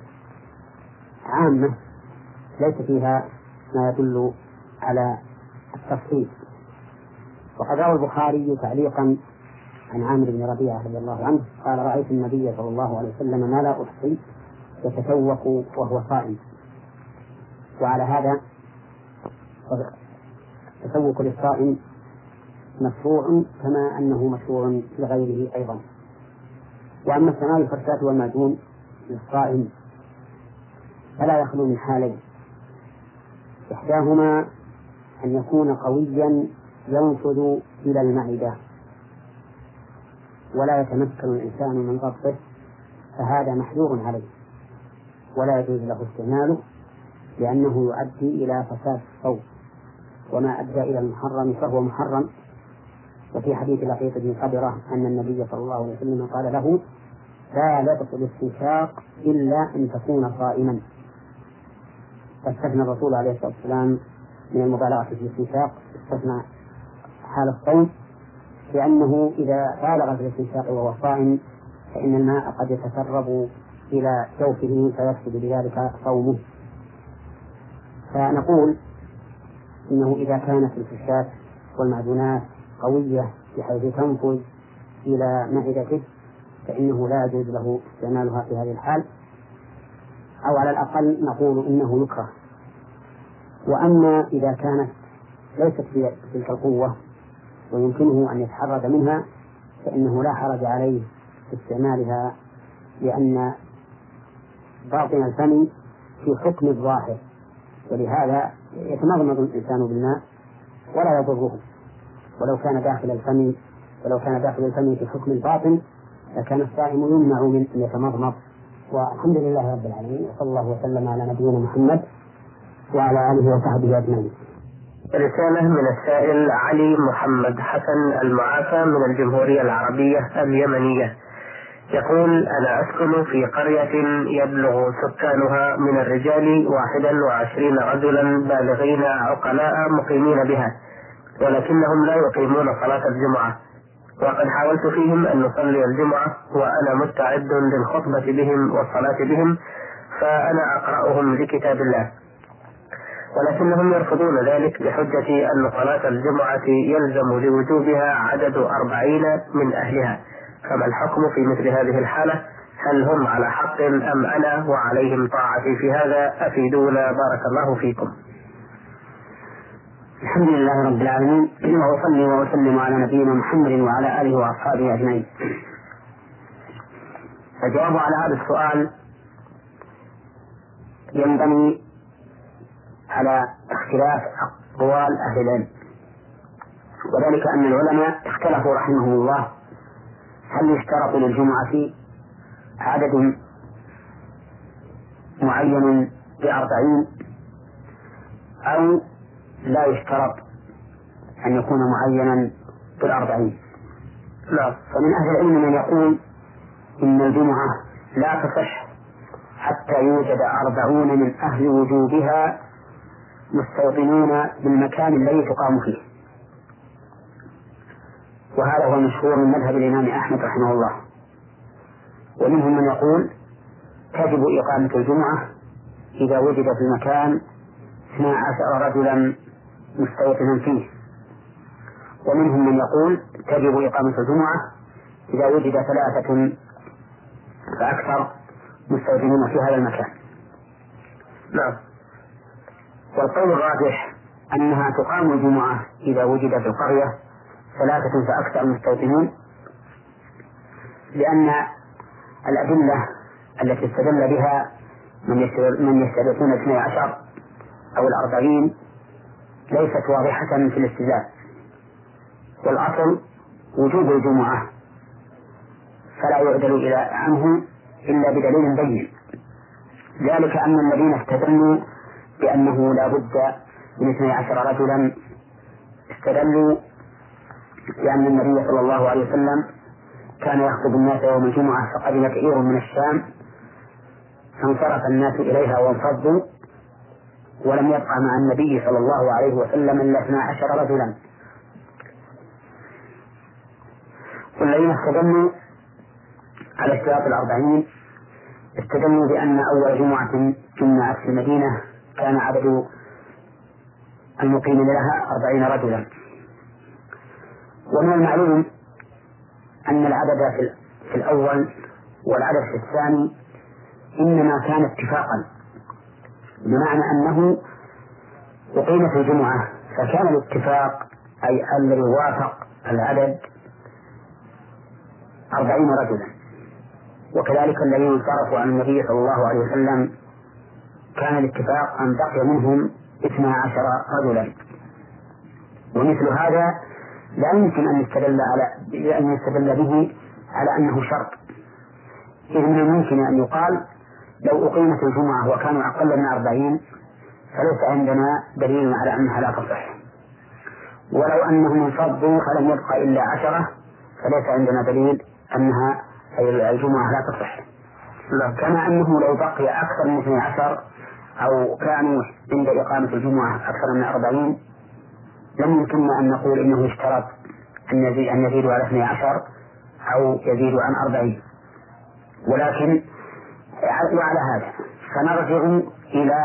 عامة ليس فيها ما يدل على التفصيل. وقد روى البخاري تعليقا عن عامر بن ربيعة رضي الله عنه قال: رأيت النبي صلى الله عليه وسلم ما لا أحصي يتسوق وهو صائم. وعلى هذا التسوق للصائم مشروع كما أنه مشروع لغيره أيضا. وأما الثناء الفرشاة والمعجون للصائم فلا يخلو من حالين: إحداهما أن يكون قويا ينفذ إلى المعدة ولا يتمكن الإنسان من ضبطه، فهذا محذور عليه ولا يجوز له استعماله، لأنه يؤدي إلى فساد الصوم، وما أدى إلى المحرم فهو محرم. وفي حديث لقيط بن قدرة أن النبي صلى الله عليه وسلم قال له: لا يبطل الاستنشاق إلا أن تكون صائما. فاستثنى الرسول عليه الصلاة والسلام من المبالغة في الاستنشاق، استثنى حال الصوم، لأنه إذا بالغ في الاستنشاق وهو صائم فإن الماء قد يتسرب إلى جوفه فيفسد بذلك صومه. فنقول إنه إذا كانت الفرشاة والمعجونات قوية بحيث تنفذ إلى معدته فإنه لا يجوز له استعمالها في هذه الحال، أو على الأقل نقول إنه يكره. وأما إذا كانت ليست بتلك القوة ويمكنه أن يتحرز منها فإنه لا حرج عليه في استعمالها، لأن باطن الفم في حكم الظاهر، ولهذا يتمضمض الإنسان بالماء ولا يضره، ولو كان داخل الفم في حكم الباطن لكان الصائم يمنع من أن يتمضمض. والحمد لله رب العالمين، وصلى الله وسلم على نبينا محمد وعلى آله وصحبه أجمعين. رسالة من السائل علي محمد حسن المعافى من الجمهورية العربية اليمنية، يقول: أنا أسكن في قرية يبلغ سكانها من الرجال 21 رجلا بالغين عقلاء مقيمين بها، ولكنهم لا يقيمون صلاة الجمعة، وقد حاولت فيهم أن نصلي الجمعة وأنا مستعد للخطبة بهم والصلاة بهم، فأنا أقرأهم لكتاب الله، ولكنهم يرفضون ذلك بحجة أن صلاة الجمعة يلزم لوجوبها عدد 40 من أهلها، فما الحكم في مثل هذه الحالة؟ هل هم على حق أم أنا وعليهم طاعتي في هذا؟ أفيدونا بارك الله فيكم. الحمد لله رب العالمين، وأصلي وأسلم على نبينا محمد وعلى آله وأصحابه أجمعين. الجواب على هذا السؤال ينبني على اختلاف أقوال أهل العلم، وذلك أن العلماء اختلفوا رحمهم الله هل يشترط للجمعة عدد معين ب40 أو لا يشترط أن يكون معينا ب40. لا. فمن أهل العلم من يقول إن الجمعة لا تصح حتى يوجد 40 من أهل وجوبها مستوطنون بالمكان الذي تقام فيه، وهذا هو المشهور من مذهب الإمام أحمد رحمه الله. ومنهم من يقول تجب إقامة الجمعة إذا وجد في المكان 12 رجلا مستوطنا فيه، ومنهم من يقول تجب إقامة الجمعة إذا وجد 3 فأكثر مستوطنين في هذا المكان. نعم. والقول الراجح أنها تقام الجمعة إذا وجد في القرية 3 فأكثر مستوطنون، لأن الأدلة التي استدل بها من يستدلون 12 أو 40 ليست واضحة في الاستدلال، والأصل وجوب الجمعة فلا يعدل عنه إلا بدليل بين، ذلك أن الذين استدلوا بأنه لا بد من 12 رجلا استدلوا لأن النبي صلى الله عليه وسلم كان يخطب الناس يوم الجمعة فقدم كثير من الشام فانصرف الناس إليها وانفضوا ولم يبقى مع النبي صلى الله عليه وسلم إلا 12 رجلا. والذين استدلوا على اشتراط 40 استدلوا بأن أول جمعة جمعت في المدينة كان عدد المقيم لها 40 رجلا. ومن المعلوم أن العدد في الأول والعدد في الثاني إنما كان اتفاقا، بمعنى أنه أقيمت الجمعة فكان الاتفاق أي الذي وافق العدد 40 رجلا. وكذلك الذين صرفوا عن النبي صلى الله عليه وسلم كان الاتفاق أن بقي منهم 12 رجلا. ومثل هذا لا يمكن أن يستدل به على أنه شرط، إذ من الممكن أن يقال لو أقيمت الجمعة وكانوا أقل من 40 فليس عندنا دليل على أنها لا تصح، ولو أنهم انفضوا فلم يبقى إلا 10 فليس عندنا دليل أنها الجمعة لا تصح. كما أنه لو بقي أكثر من 12 أو كانوا عند إقامة الجمعة أكثر من 40 لم يمكننا أن نقول إنه اشترط أن يزيد على 12 أو يزيد عن 40. ولكن وعلى هذا فنرجع إلى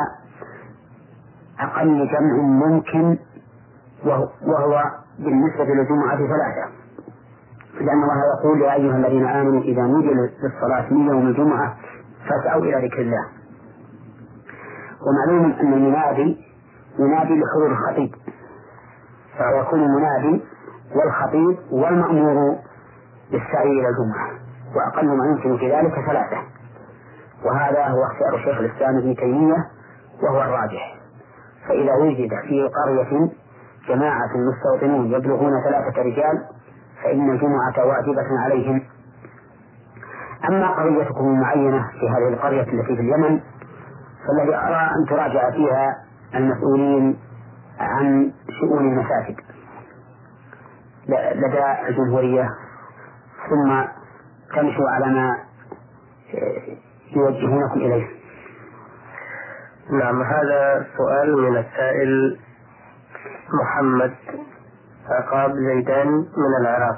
أقل جمع ممكن، وهو بالنسبة للجمعة 3، لأن الله يقول يا أيها الذين آمنوا إذا نودي للصلاة من يوم الجمعة فاسعوا إلى ذكر الله. ومعلوم أن المنادي ينادي لحضور الخطيب، فيكون المنادي والخطيب والمأمور بالسعي إلى الجمعة، وأقل ما يمكن في ذلك 3. وهذا هو اختيار شيخ الإسلام ابن تيمية وهو الراجح. فإذا وجد في قرية جماعة مستوطنون يبلغون 3 رجال فإن الجمعة واجبة عليهم. أما قريتكم المعينة في هذه القرية التي في اليمن فالذي أرى أن تراجع فيها المسؤولين عن شؤون المساجد لدى الجمهورية، ثم تمشوا على ما يوجهونكم إليه. نعم. هذا سؤال من السائل محمد عقاب زيدان من العراق.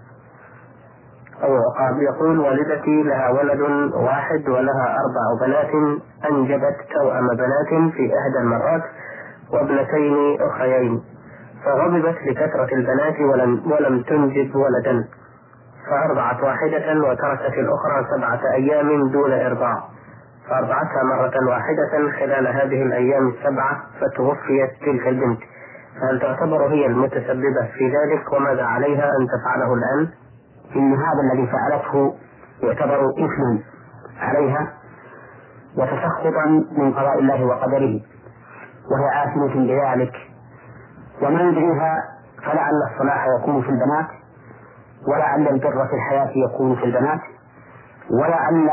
عقاب يقول والدتي لها ولد واحد ولها 4 بنات، أنجبت توأم بنات في إحدى المرات وابنتين أخيين، فغضبت لكثرة البنات ولم تنجب ولدا، فأرضعت واحدة وتركت الأخرى 7 أيام دون إرضاع، فأرضعتها مرة واحدة خلال هذه الأيام 7 فتوفيت تلك البنت، فهل تعتبر هي المتسببة في ذلك؟ وماذا عليها أن تفعله الآن؟ إن هذا الذي فعلته يعتبر إثما عليها وتسخطا من قضاء الله وقدره، وهي آثمة بذلك. وما يدريها فلعل الصلاح يكون في البنات، ولعل البر في الحياة يكون في البنات، ولعل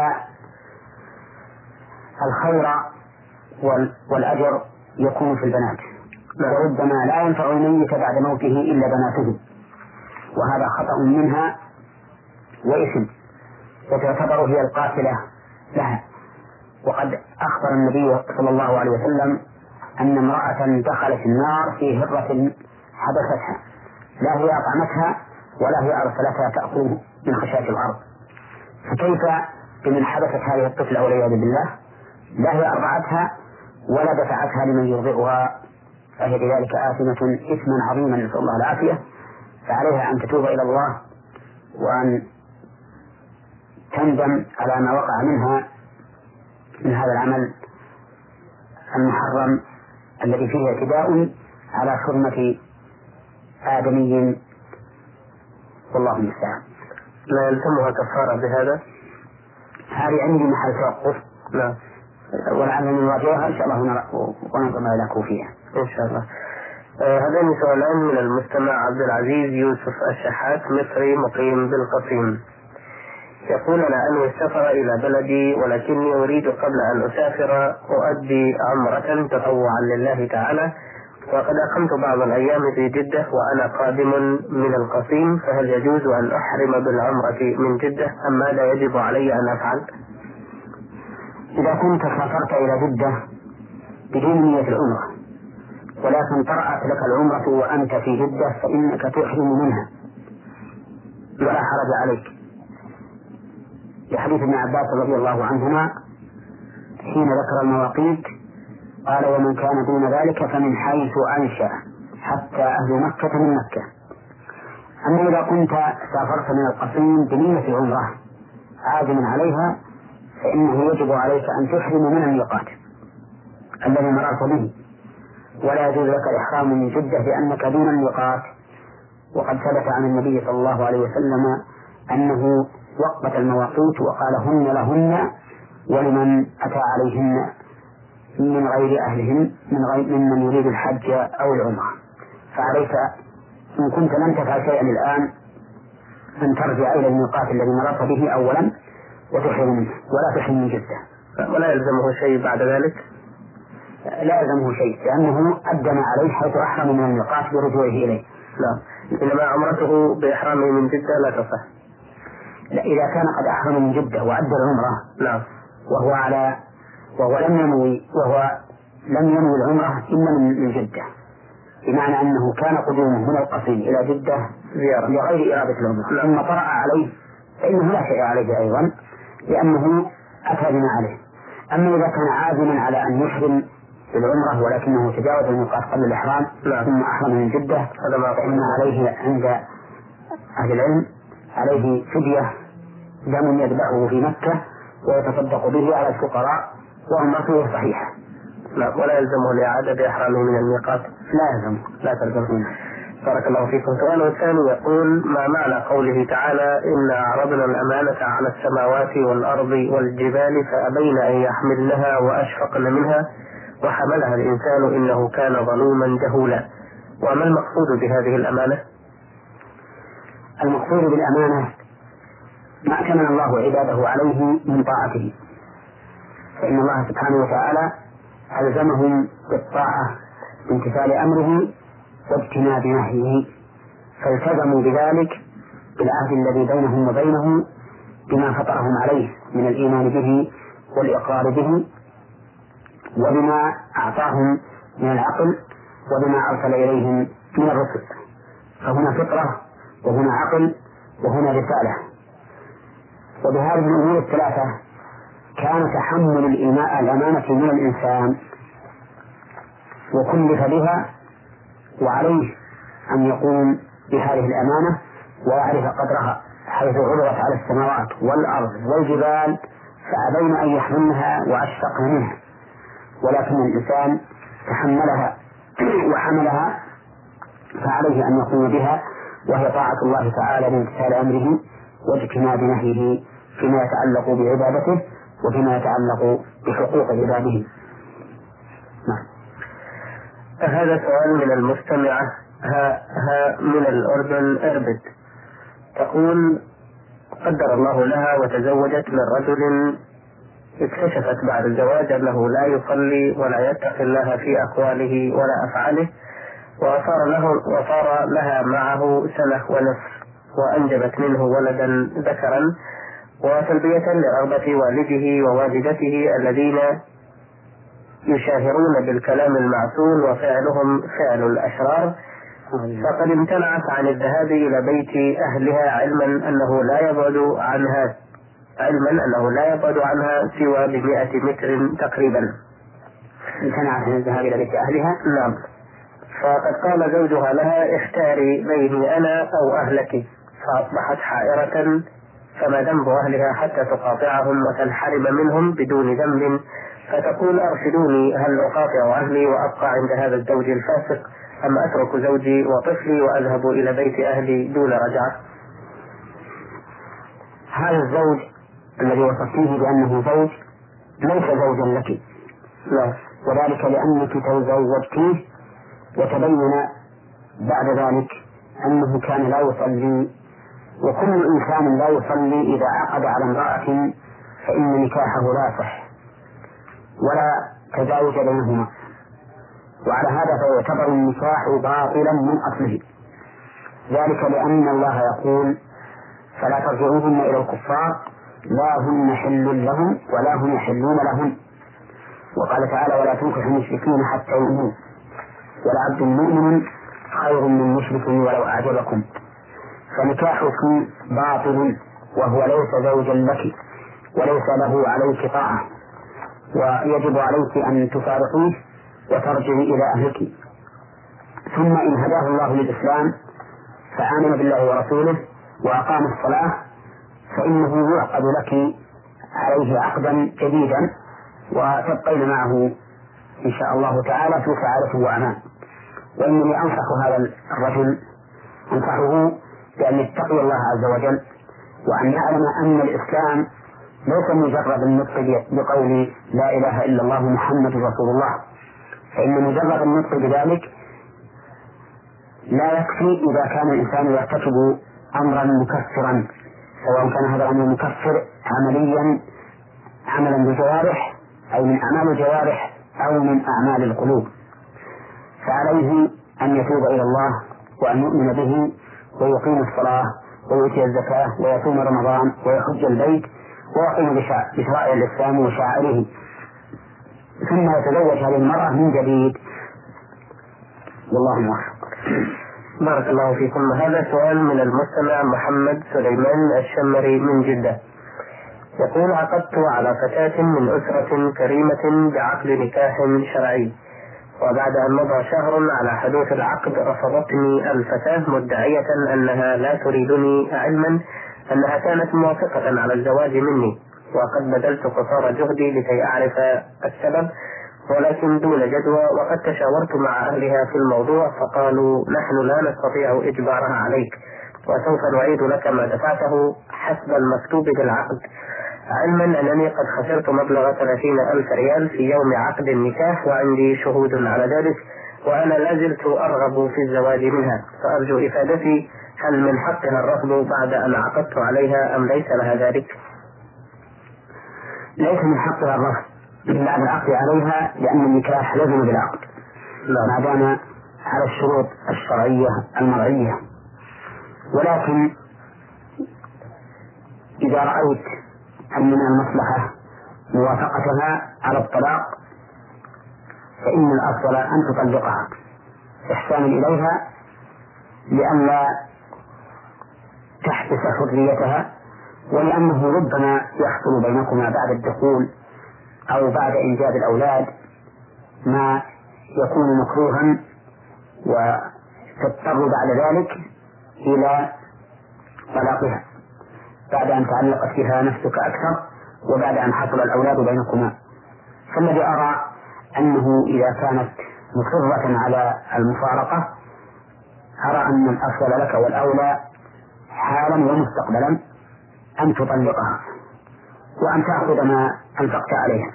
الخير والأجر يكون في البنات، وربما لا ينفع الميت بعد موته إلا بناته، وهذا خطأ منها وإثم، وتعتبر هي القاتلة لها. وقد أخبر النبي صلى الله عليه وسلم أن امرأة دخلت النار في هرة حبستها، لا هي أطعمتها ولا هي أرسلتها تأكل من خشاش الأرض، فكيف بمن حبست هذه الطفلة والعياذ بالله؟ لا هي أرضعتها ولا دفعتها لمن يرضعها، فهي بذلك آثمة إثما عظيما، نسأل الله العافية. فعليها أن تتوب إلى الله وأن تندم على ما وقع منها من هذا العمل المحرم الذي فيه اعتداء على حرمة آدمي، والله المستعان. لا يلزمها كفارة بهذا؟ هذه عندي محل توقف، لا، ولعلنا نواجهها إن شاء الله وننظر ما لكم فيها إن شاء الله. هذان سؤالان من المستمع عبد العزيز يوسف الشحات، مصري مقيم بالقصيم. يقول أنا أنوي السفر إلى بلدي، ولكني أريد قبل أن أسافر أؤدي عمرة تطوعا لله تعالى، وقد أقمت بعض الأيام في جدة وأنا قادم من القصيم، فهل يجوز أن أحرم بالعمرة من جدة أم ماذا يجب علي أن أفعل؟ إذا كنت سافرت إلى جدة بدون نية العمرة ولكن طرأت لك العمرة وأنت في جدة فإنك تحرم منها ولا حرج عليك، حديث ابن عباس رضي الله عنهما حين ذكر المواقيت قال ومن كان دون ذلك فمن حيث أنشأ حتى أهل مكة من مكة. أما إذا كنت سافرت من القصيم بنية عمرة عازما عليها فإنه يجب عليك أن تحرم من الميقات الذي مررت به، ولا يجوز لك الإحرام من جدة لأنك دون الميقات. وقد ثبت عن النبي صلى الله عليه وسلم أنه وقت المواقيت وقال هن لهن ولمن أتى عليهن من غير أهلهن ممن يريد الحج أو العمرة. فعليك إن كنت لم تفعل شيئا الآن أن ترجع إلى الميقات الذي مررت به أولا وتحرم منه، ولا تحرم من جدة. ولا يلزمه شيء بعد ذلك؟ لا يلزمه شيء لأنه أدم عليه حيث أحرم من الميقات برجوعه إليه. لا، إنما عمرته بإحرامه من جدة لا تصح. لا، إذا كان قد أحرم من جدة وأدى العمرة نعم وهو لم ينوي العمرة إلا من جدة، بمعنى أنه كان قدومه من القصيم إلى جدة لغير إرادة العمرة ثم طرأ عليه فإنه لا شيء عليه أيضا لأنه أتى بما عليه. أما إذا كان عازما على أن يحرم بالعمرة ولكنه تجاوز الميقات قبل الإحرام ثم أحرم من جدة فإن عليه عند أهل العلم عليه فدية دم يذبحه في مكة ويتصدق به على الفقراء وعمرته صحيحة. لا، ولا يلزمه الإعادة بإحرامه من الميقات. لا تلزمه. بارك الله فيكم. سؤال الثاني يقول ما معنى قوله تعالى إنا عرضنا الأمانة على السماوات والأرض والجبال فأبين أن يحملنها وأشفقن منها وحملها الإنسان إنه كان ظلوما جهولا؟ وما المقصود بهذه الأمانة؟ المقصود بالأمانة ما أتمن الله عباده عليه من طاعته، فإن الله سبحانه وتعالى ألزمهم بالطاعة بامتثال أمره واجتناب نهيه، فالتزموا بذلك بالعهد الذي بينهم وبينه بما فطرهم عليه من الإيمان به والإقرار به وبما أعطاهم من العقل وبما أرسل إليهم من الرسل. فهنا فطرة وهنا عقل وهنا رسالة. وبهذه الأمور الثلاثة كان تحمل الأمانة من الإنسان وكلف بها، وعليه أن يقوم بهذه الأمانة ويعرف قدرها، حيث عرضت على السماوات والأرض والجبال فأبين أن يحملنها وأشفقن منها، ولكن الإنسان تحملها وحملها فعليه أن يقوم بها، وهي طاعة الله تعالى بامتثال أمره واجتناب نهيه فيما يتعلق بعبادته وفيما يتعلق بحقوق عباده. هذا سؤال من المستمعة من الأردن أربد، تقول قدر الله لها وتزوجت من رجل اكتشفت بعد الزواج أنه لا يصلي ولا يتقي الله في أقواله ولا أفعاله، وصار لها معه 1.5 سنة وأنجبت منه ولدا ذكرا، وتلبية لرغبة والده ووالدته الذين يشاهرون بالكلام المعسول وفعلهم فعل الأشرار، فقد امتنعت عن الذهاب إلى بيت أهلها علما أنه لا يبعد عنها سوى ب100 متر تقريبا. امتنعت عن الذهاب إلى بيت أهلها؟ نعم. فقد قال زوجها لها اختاري بيني أنا أو أهلك، فأصبحت حائرة فما ذنب أهلها حتى تقاطعهم وتنحرم منهم بدون ذنب، فتقول أرشدوني هل أقاطع أهلي وأبقى عند هذا الزوج الفاسق أم أترك زوجي وطفلي وأذهب إلى بيت أهلي دون رجعة؟ هذا الزوج الذي وصفتيه بأنه زوج ليس زوجا لك، لا، وذلك لأنك تزوجتيه وتبين بعد ذلك أنه كان لا يصلي، وكل إنسان لا يصلي إذا عقد على امرأة فإن نكاحه لا يصح ولا تزاوج بينهما، وعلى هذا فيعتبر النكاح باطلا من أصله، ذلك لأن الله يقول فلا ترجعوهن إلى الكفار لا هن حل لهم ولا هم يحلون لهم، وقال تعالى ولا تنكحوا المشركين حتى يؤمنوا ولعبد مؤمن خير من مشرك ولو أعجبكم، فنكاحك باطل وهو ليس زوجا لك، وليس له عليك طاعة، ويجب عليك أن تفارقيه وترجعي إلى أهلك. ثم إن هداه الله للإسلام فآمن بالله ورسوله وأقام الصلاة فإنه يعقد لك عليه عقدا جديدا وتبقين معه إن شاء الله تعالى في سعادة وأمان. وإنني أنصح هذا الرجل أنصحه بأن يتقي الله عز وجل، وأن يعلم أن الإسلام ليس مجرد النطق بقول لا إله إلا الله محمد رسول الله، فإن مجرد النطق بذلك لا يكفي إذا كان الإنسان يرتكب أمرا مكفرا، سواء كان هذا الأمر مكفر عملا بالجوارح أو من أعمال الجوارح أو من أعمال القلوب، فعليه أن يتوب إلى الله وأن يؤمن به ويقيم الصلاة ويؤتي الزكاة ويصوم رمضان ويحج البيت ويقوم بشرائع الإسلام وشعائره، ثم يتزوج هذه المرأة من جديد. والله موفق. بارك الله فيكم. هذا سؤال من المستمع محمد سليمان الشمري من جدة، يقول: عقدت على فتاة من أسرة كريمة بعقد نكاح شرعي، وبعد أن مضى شهر على حدوث العقد رفضتني الفتاة مدعية أنها لا تريدني، علما أنها كانت موافقة على الزواج مني، وقد بذلت قصارى جهدي لكي أعرف السبب ولكن دون جدوى، وقد تشاورت مع أهلها في الموضوع فقالوا نحن لا نستطيع إجبارها عليك وسوف نعيد لك ما دفعته حسب المكتوب بالعقد، علما أنني قد خسرت مبلغ 30,000 ريال في يوم عقد النكاح وعندي شهود على ذلك، وأنا لازلت أرغب في الزواج منها، فأرجو إفادتي هل من حقها الرفض بعد أن عقدت عليها أم ليس لها ذلك؟ ليس من حقها الرفض بعد العقد عليها، لأن النكاح لازم بالعقد ما دام على الشروط الشرعية المرعية، ولكن إذا رأيت أن من المصلحة موافقتها على الطلاق فإن الأفضل أن تطلقها إحسانا إليها لئلا تحبس حريتها، ولأنه ربما يحصل بينكما بعد الدخول أو بعد إنجاب الأولاد ما يكون مكروها، وتضطر بعد ذلك إلى طلاقها بعد أن تعلقت بها نفسك أكثر وبعد أن حصل الأولاد بينكما. فالذي أرى أنه إذا كانت مصرة على المفارقة أرى أن الأفضل لك والأولى حالا ومستقبلا أن تطلقها وأن تأخذ ما أنفقت عليها،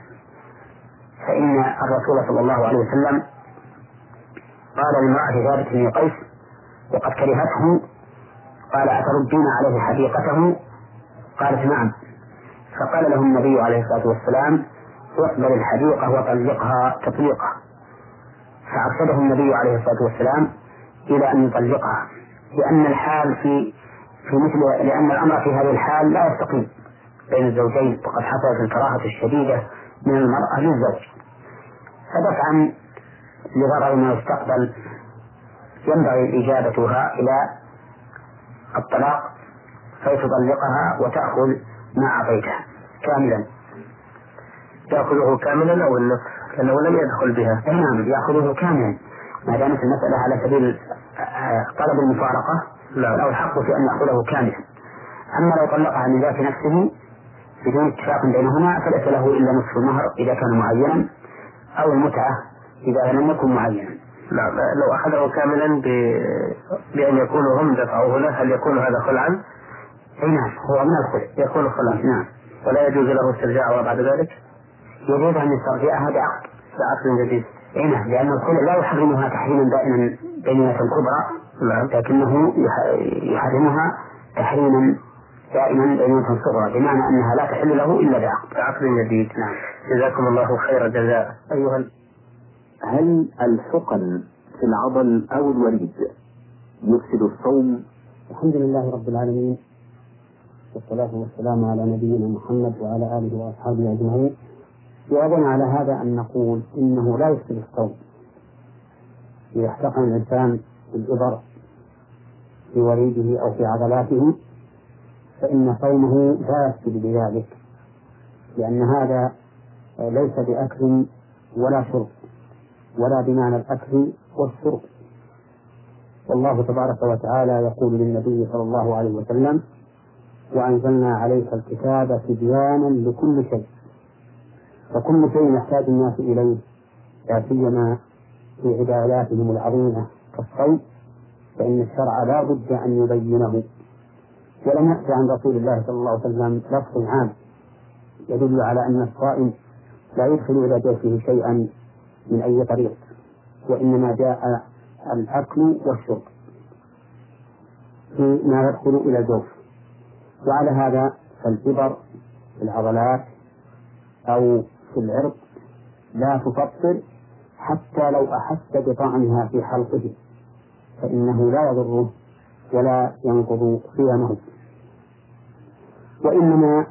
فإن الرسول صلى الله عليه وسلم قال لامرأة ثابت بن قيس وقد كرهته قال: أتردين عليه حديقته؟ قالت: نعم. فقال له النبي عليه الصلاة والسلام: اقبل الحديقة وطلقها تطليقها، فأرشده النبي عليه الصلاة والسلام إلى أن يطلقها، لأن الحال لأن الأمر في هذه الحال لا يستقيم بين الزوجين، وقد حصلت الكراهة الشديدة من المرأة للزوج، فدفعا لغرض ما يستقبل ينبغي إجابتها إلى الطلاق فيتطلقها وتأخذ ما أعطيتها كاملا. تأخذه كاملا أو النصف لأنه لم يدخل بها؟ نعم، يأخذه كاملا ما دامت المسألة على سبيل طلب المفارقة له الحق في أن يأخذه كاملا. أما لو طلقها من ذات نفسه بدون اتفاق بينهما فليس له إلا نصف المهر إذا كان معينا أو المتعة إذا لم يكن معينا. نعم، لو أخذه كاملا بأن يكونوا هم دفعوه له هل يكون هذا خلعا؟ نعم، هو من الخلع يكون خلعا. نعم. ولا يجوز له استرجاعها بعد ذلك؟ يجوز أن يسترجعها بعقد جديد. نعم، لأن الخلع لا يحرمها تحريما دائما بينة كبرى، لكنه يحرمها تحريما دائما بينة صغرى، بمعنى أنها لا تحل له إلا بعقد جديد. نعم. جزاكم الله خير الجزاء. هل الحقن في العضل أو الوريد يفسد الصوم؟ الحمد لله رب العالمين، والصلاة والسلام على نبينا محمد وعلى آله وأصحابه أجمعين. جوابنا على هذا أن نقول إنه لا يفسد الصوم إذا احتقن الإنسان الإبر في وريده أو في عضلاته، فإن صومه لا يفسد بذلك، لأن هذا ليس بأكل ولا شرب، ولا بمعنى الأكل والشرب. والله تبارك وتعالى يقول للنبي صلى الله عليه وسلم: وأنزلنا عليك الكتاب تبيانا لكل شيء. فكل شيء يحتاج الناس إليه، لا سيما في عباداتهم العظيمة كالصوم، فإن الشرع لا بد أن يبينه. ولم يأتي عن رسول الله صلى الله عليه وسلم لفظ عام يدل على أن الصائم لا يدخل إلى جوفه شيئا من أي طريق، وإنما جاء الأكل والشرب فيما يدخل إلى الجوف. وعلى هذا فالإبر في العضلات أو في العرق لا تفطر حتى لو أحس بطعمها في حلقه، فإنه لا يضره ولا ينقض صيامه. وإنما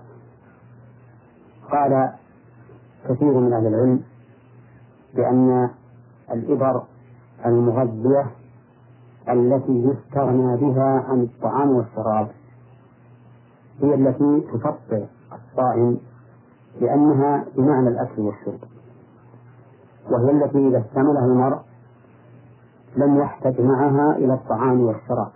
قال كثير من أهل العلم بأن الإبر المغذية التي يستغنى بها عن الطعام والشراب هي التي تفطر الصائم، لأنها بمعنى الأكل والشرب، وهي التي إذا استعملها المرء لم يحتج معها إلى الطعام والشراب.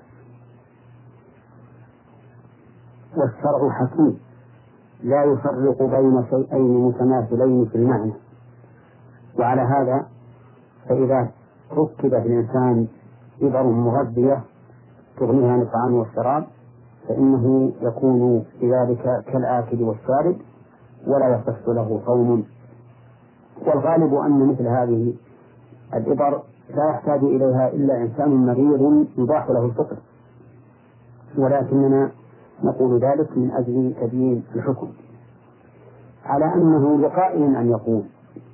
والشرع حكيم لا يفرق بين شيئين متماثلين في المعنى. وعلى هذا فإذا ركب في الإنسان إبر مغذية تغنيها عن الطعام والشراب فإنه يكون بذلك كالآكل والشارب ولا يصح له صوم. والغالب أن مثل هذه الإبر لا يحتاج إليها إلا إنسان مريض يباح له الفطر، ولكننا نقول ذلك من أجل تبيين الحكم، على أنه لقائل أن يقول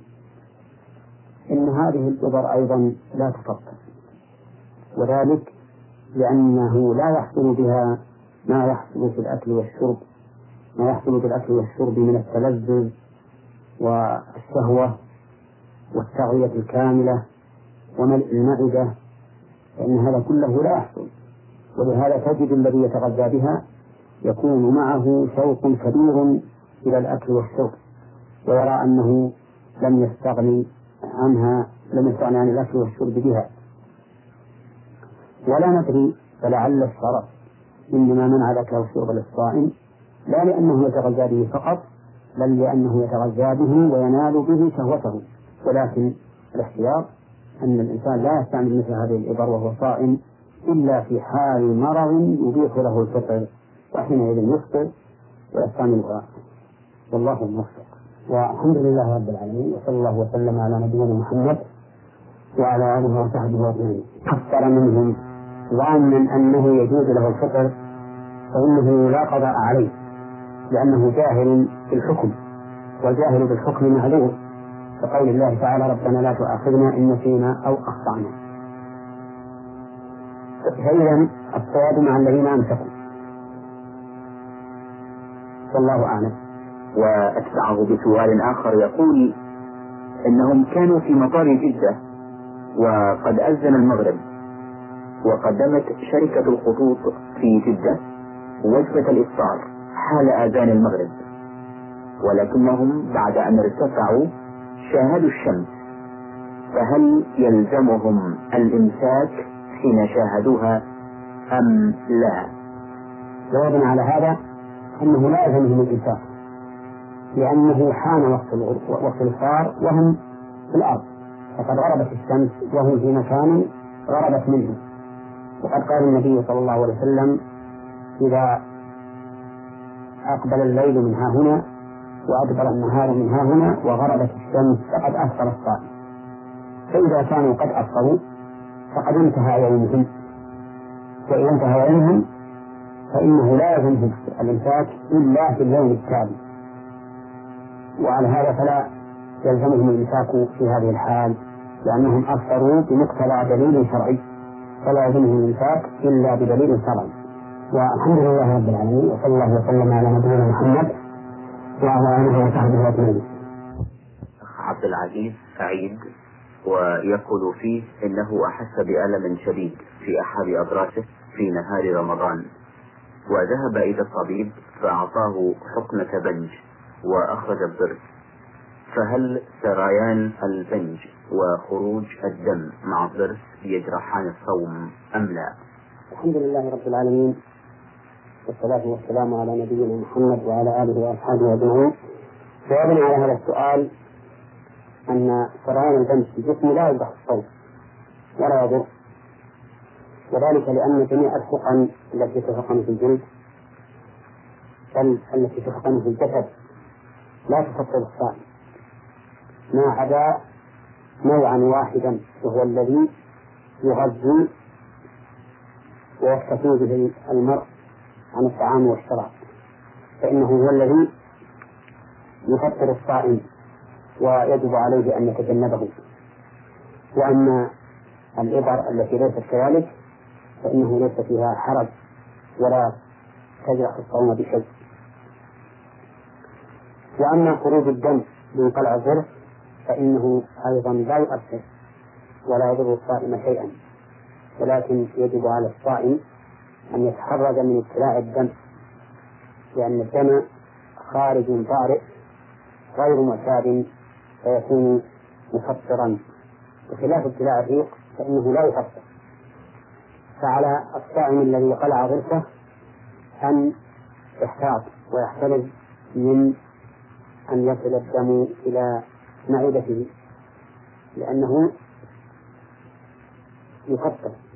إن هذه الإبر أيضا لا تفطر، وذلك لأنه لا يحصل بها ما يحصل في الأكل والشرب، ما يحصل بالأكل والشرب من التلذذ والشهوة والتغذية الكاملة وملء المعدة، فإن هذا كله لا يحصل. ولهذا تجد الذي يتغذى بها يكون معه شوق كبير إلى الأكل والشرب، ويرى أنه لم يستغني عن الأكل والشرب بها. ولا ندري، فلعل الشرع إنما منع الأكل والشرب للصائم لا لأنه يتغذى به فقط، بل لأنه يتغذى به وينال به شهوته. ولكن الاحتياط أن الإنسان لا يستعمل مثل هذه الإبر وهو صائم إلا في حال مرض يبيح له الفطر، وحينئذ يفطر ويستعملها. والله الموفق. والحمد لله رب العالمين، وصلى الله وسلم على نبينا محمد وعلى آله وصحبه أجمعين. حصل منهم ظانا أنه يجوز له الفطر فإنه لا قضاء عليه، لأنه جاهل بالحكم، والجاهل بالحكم معذور، كقول الله تعالى: ربنا لا تؤاخذنا إن نسينا أو أخطأنا. فإذا الصواب مع الذين أمسكوا، والله أعلم. وأتبعه بسؤال آخر يقول: إنهم كانوا في مطار جدة وقد أذن المغرب، وقدمت شركة الخطوط في جدة وجبة الإفطار حال آذان المغرب، ولكنهم بعد أن ارتفعوا شاهدوا الشمس، فهل يلزمهم الإمساك حين شاهدوها أم لا؟ جوابنا على هذا أنه لا يلزمهم الإمساك، لأنه حان وقت الإفطار وهم في الأرض، فقد غربت الشمس وهم في مكان غربت منه. وقد قال النبي صلى الله عليه وسلم: إذا أقبل الليل من ها هنا وأدبر النهار من ها هنا وغربت الشمس فقد أفطر الصائم. فإذا كانوا قد أفطروا فقد انتهى يومهم، وإذا انتهى يومهم فإنه لا يلزمهم الإمساك إلا في اليوم التالي، وعلى هذا فلا يلزمهم الإمساك في هذه الحال، لأنهم أفطروا بمقتضى دليل شرعي، فلا يلزمهم الإمساك إلا بدليل شرعي. والحمد لله رب العالمين، وصلى الله وسلم على نبينا محمد وعلى آله وصحبه أجمعين. عبد العزيز سعيد ويقول فيه إنه أحس بألم شديد في أحد أضراسه في نهار رمضان، وذهب إلى الطبيب فأعطاه حقنة بنج وأخرج الضرس، فهل سريان البنج وخروج الدم مع الضرس يجرحان الصوم أم لا؟ الحمد لله رب العالمين، والصلاة والسلام على نبينا محمد وعلى آله وأصحابه أجمعين. جوابنا على هذا السؤال أن سريان الدم في الجسم لا يجرح الصوم ولا يضر، وذلك لأن جميع الحقن التي تحقن في الجلد بل التي تحقن في الجسد لا تفطر الصائم، ما عدا نوعا واحدا وهو الذي يغذي ويستفيد به المرء عن الطعام والشراب، فإنه هو الذي يفطر الصائم ويجب عليه أن يتجنبه. وأما الإبر التي ليست كذلك فإنه ليس فيها حرج ولا تجرح الصوم بشيء. وأما خروج الدم من قلع الضرس فإنه أيضا لا يؤثر ولا يضر الصائم شيئا، ولكن يجب على الصائم أن يتحرز من ابتلاع الدم، لأن الدم خارج طارئ غير معتاد فيكون مفطرا، بخلاف ابتلاع الريق فإنه لا يفطر. فعلى الصائم الذي قلع ضرسه أن يحتاط ويحترز من أن يصل الدم إلى معدته، لأنه يفطر.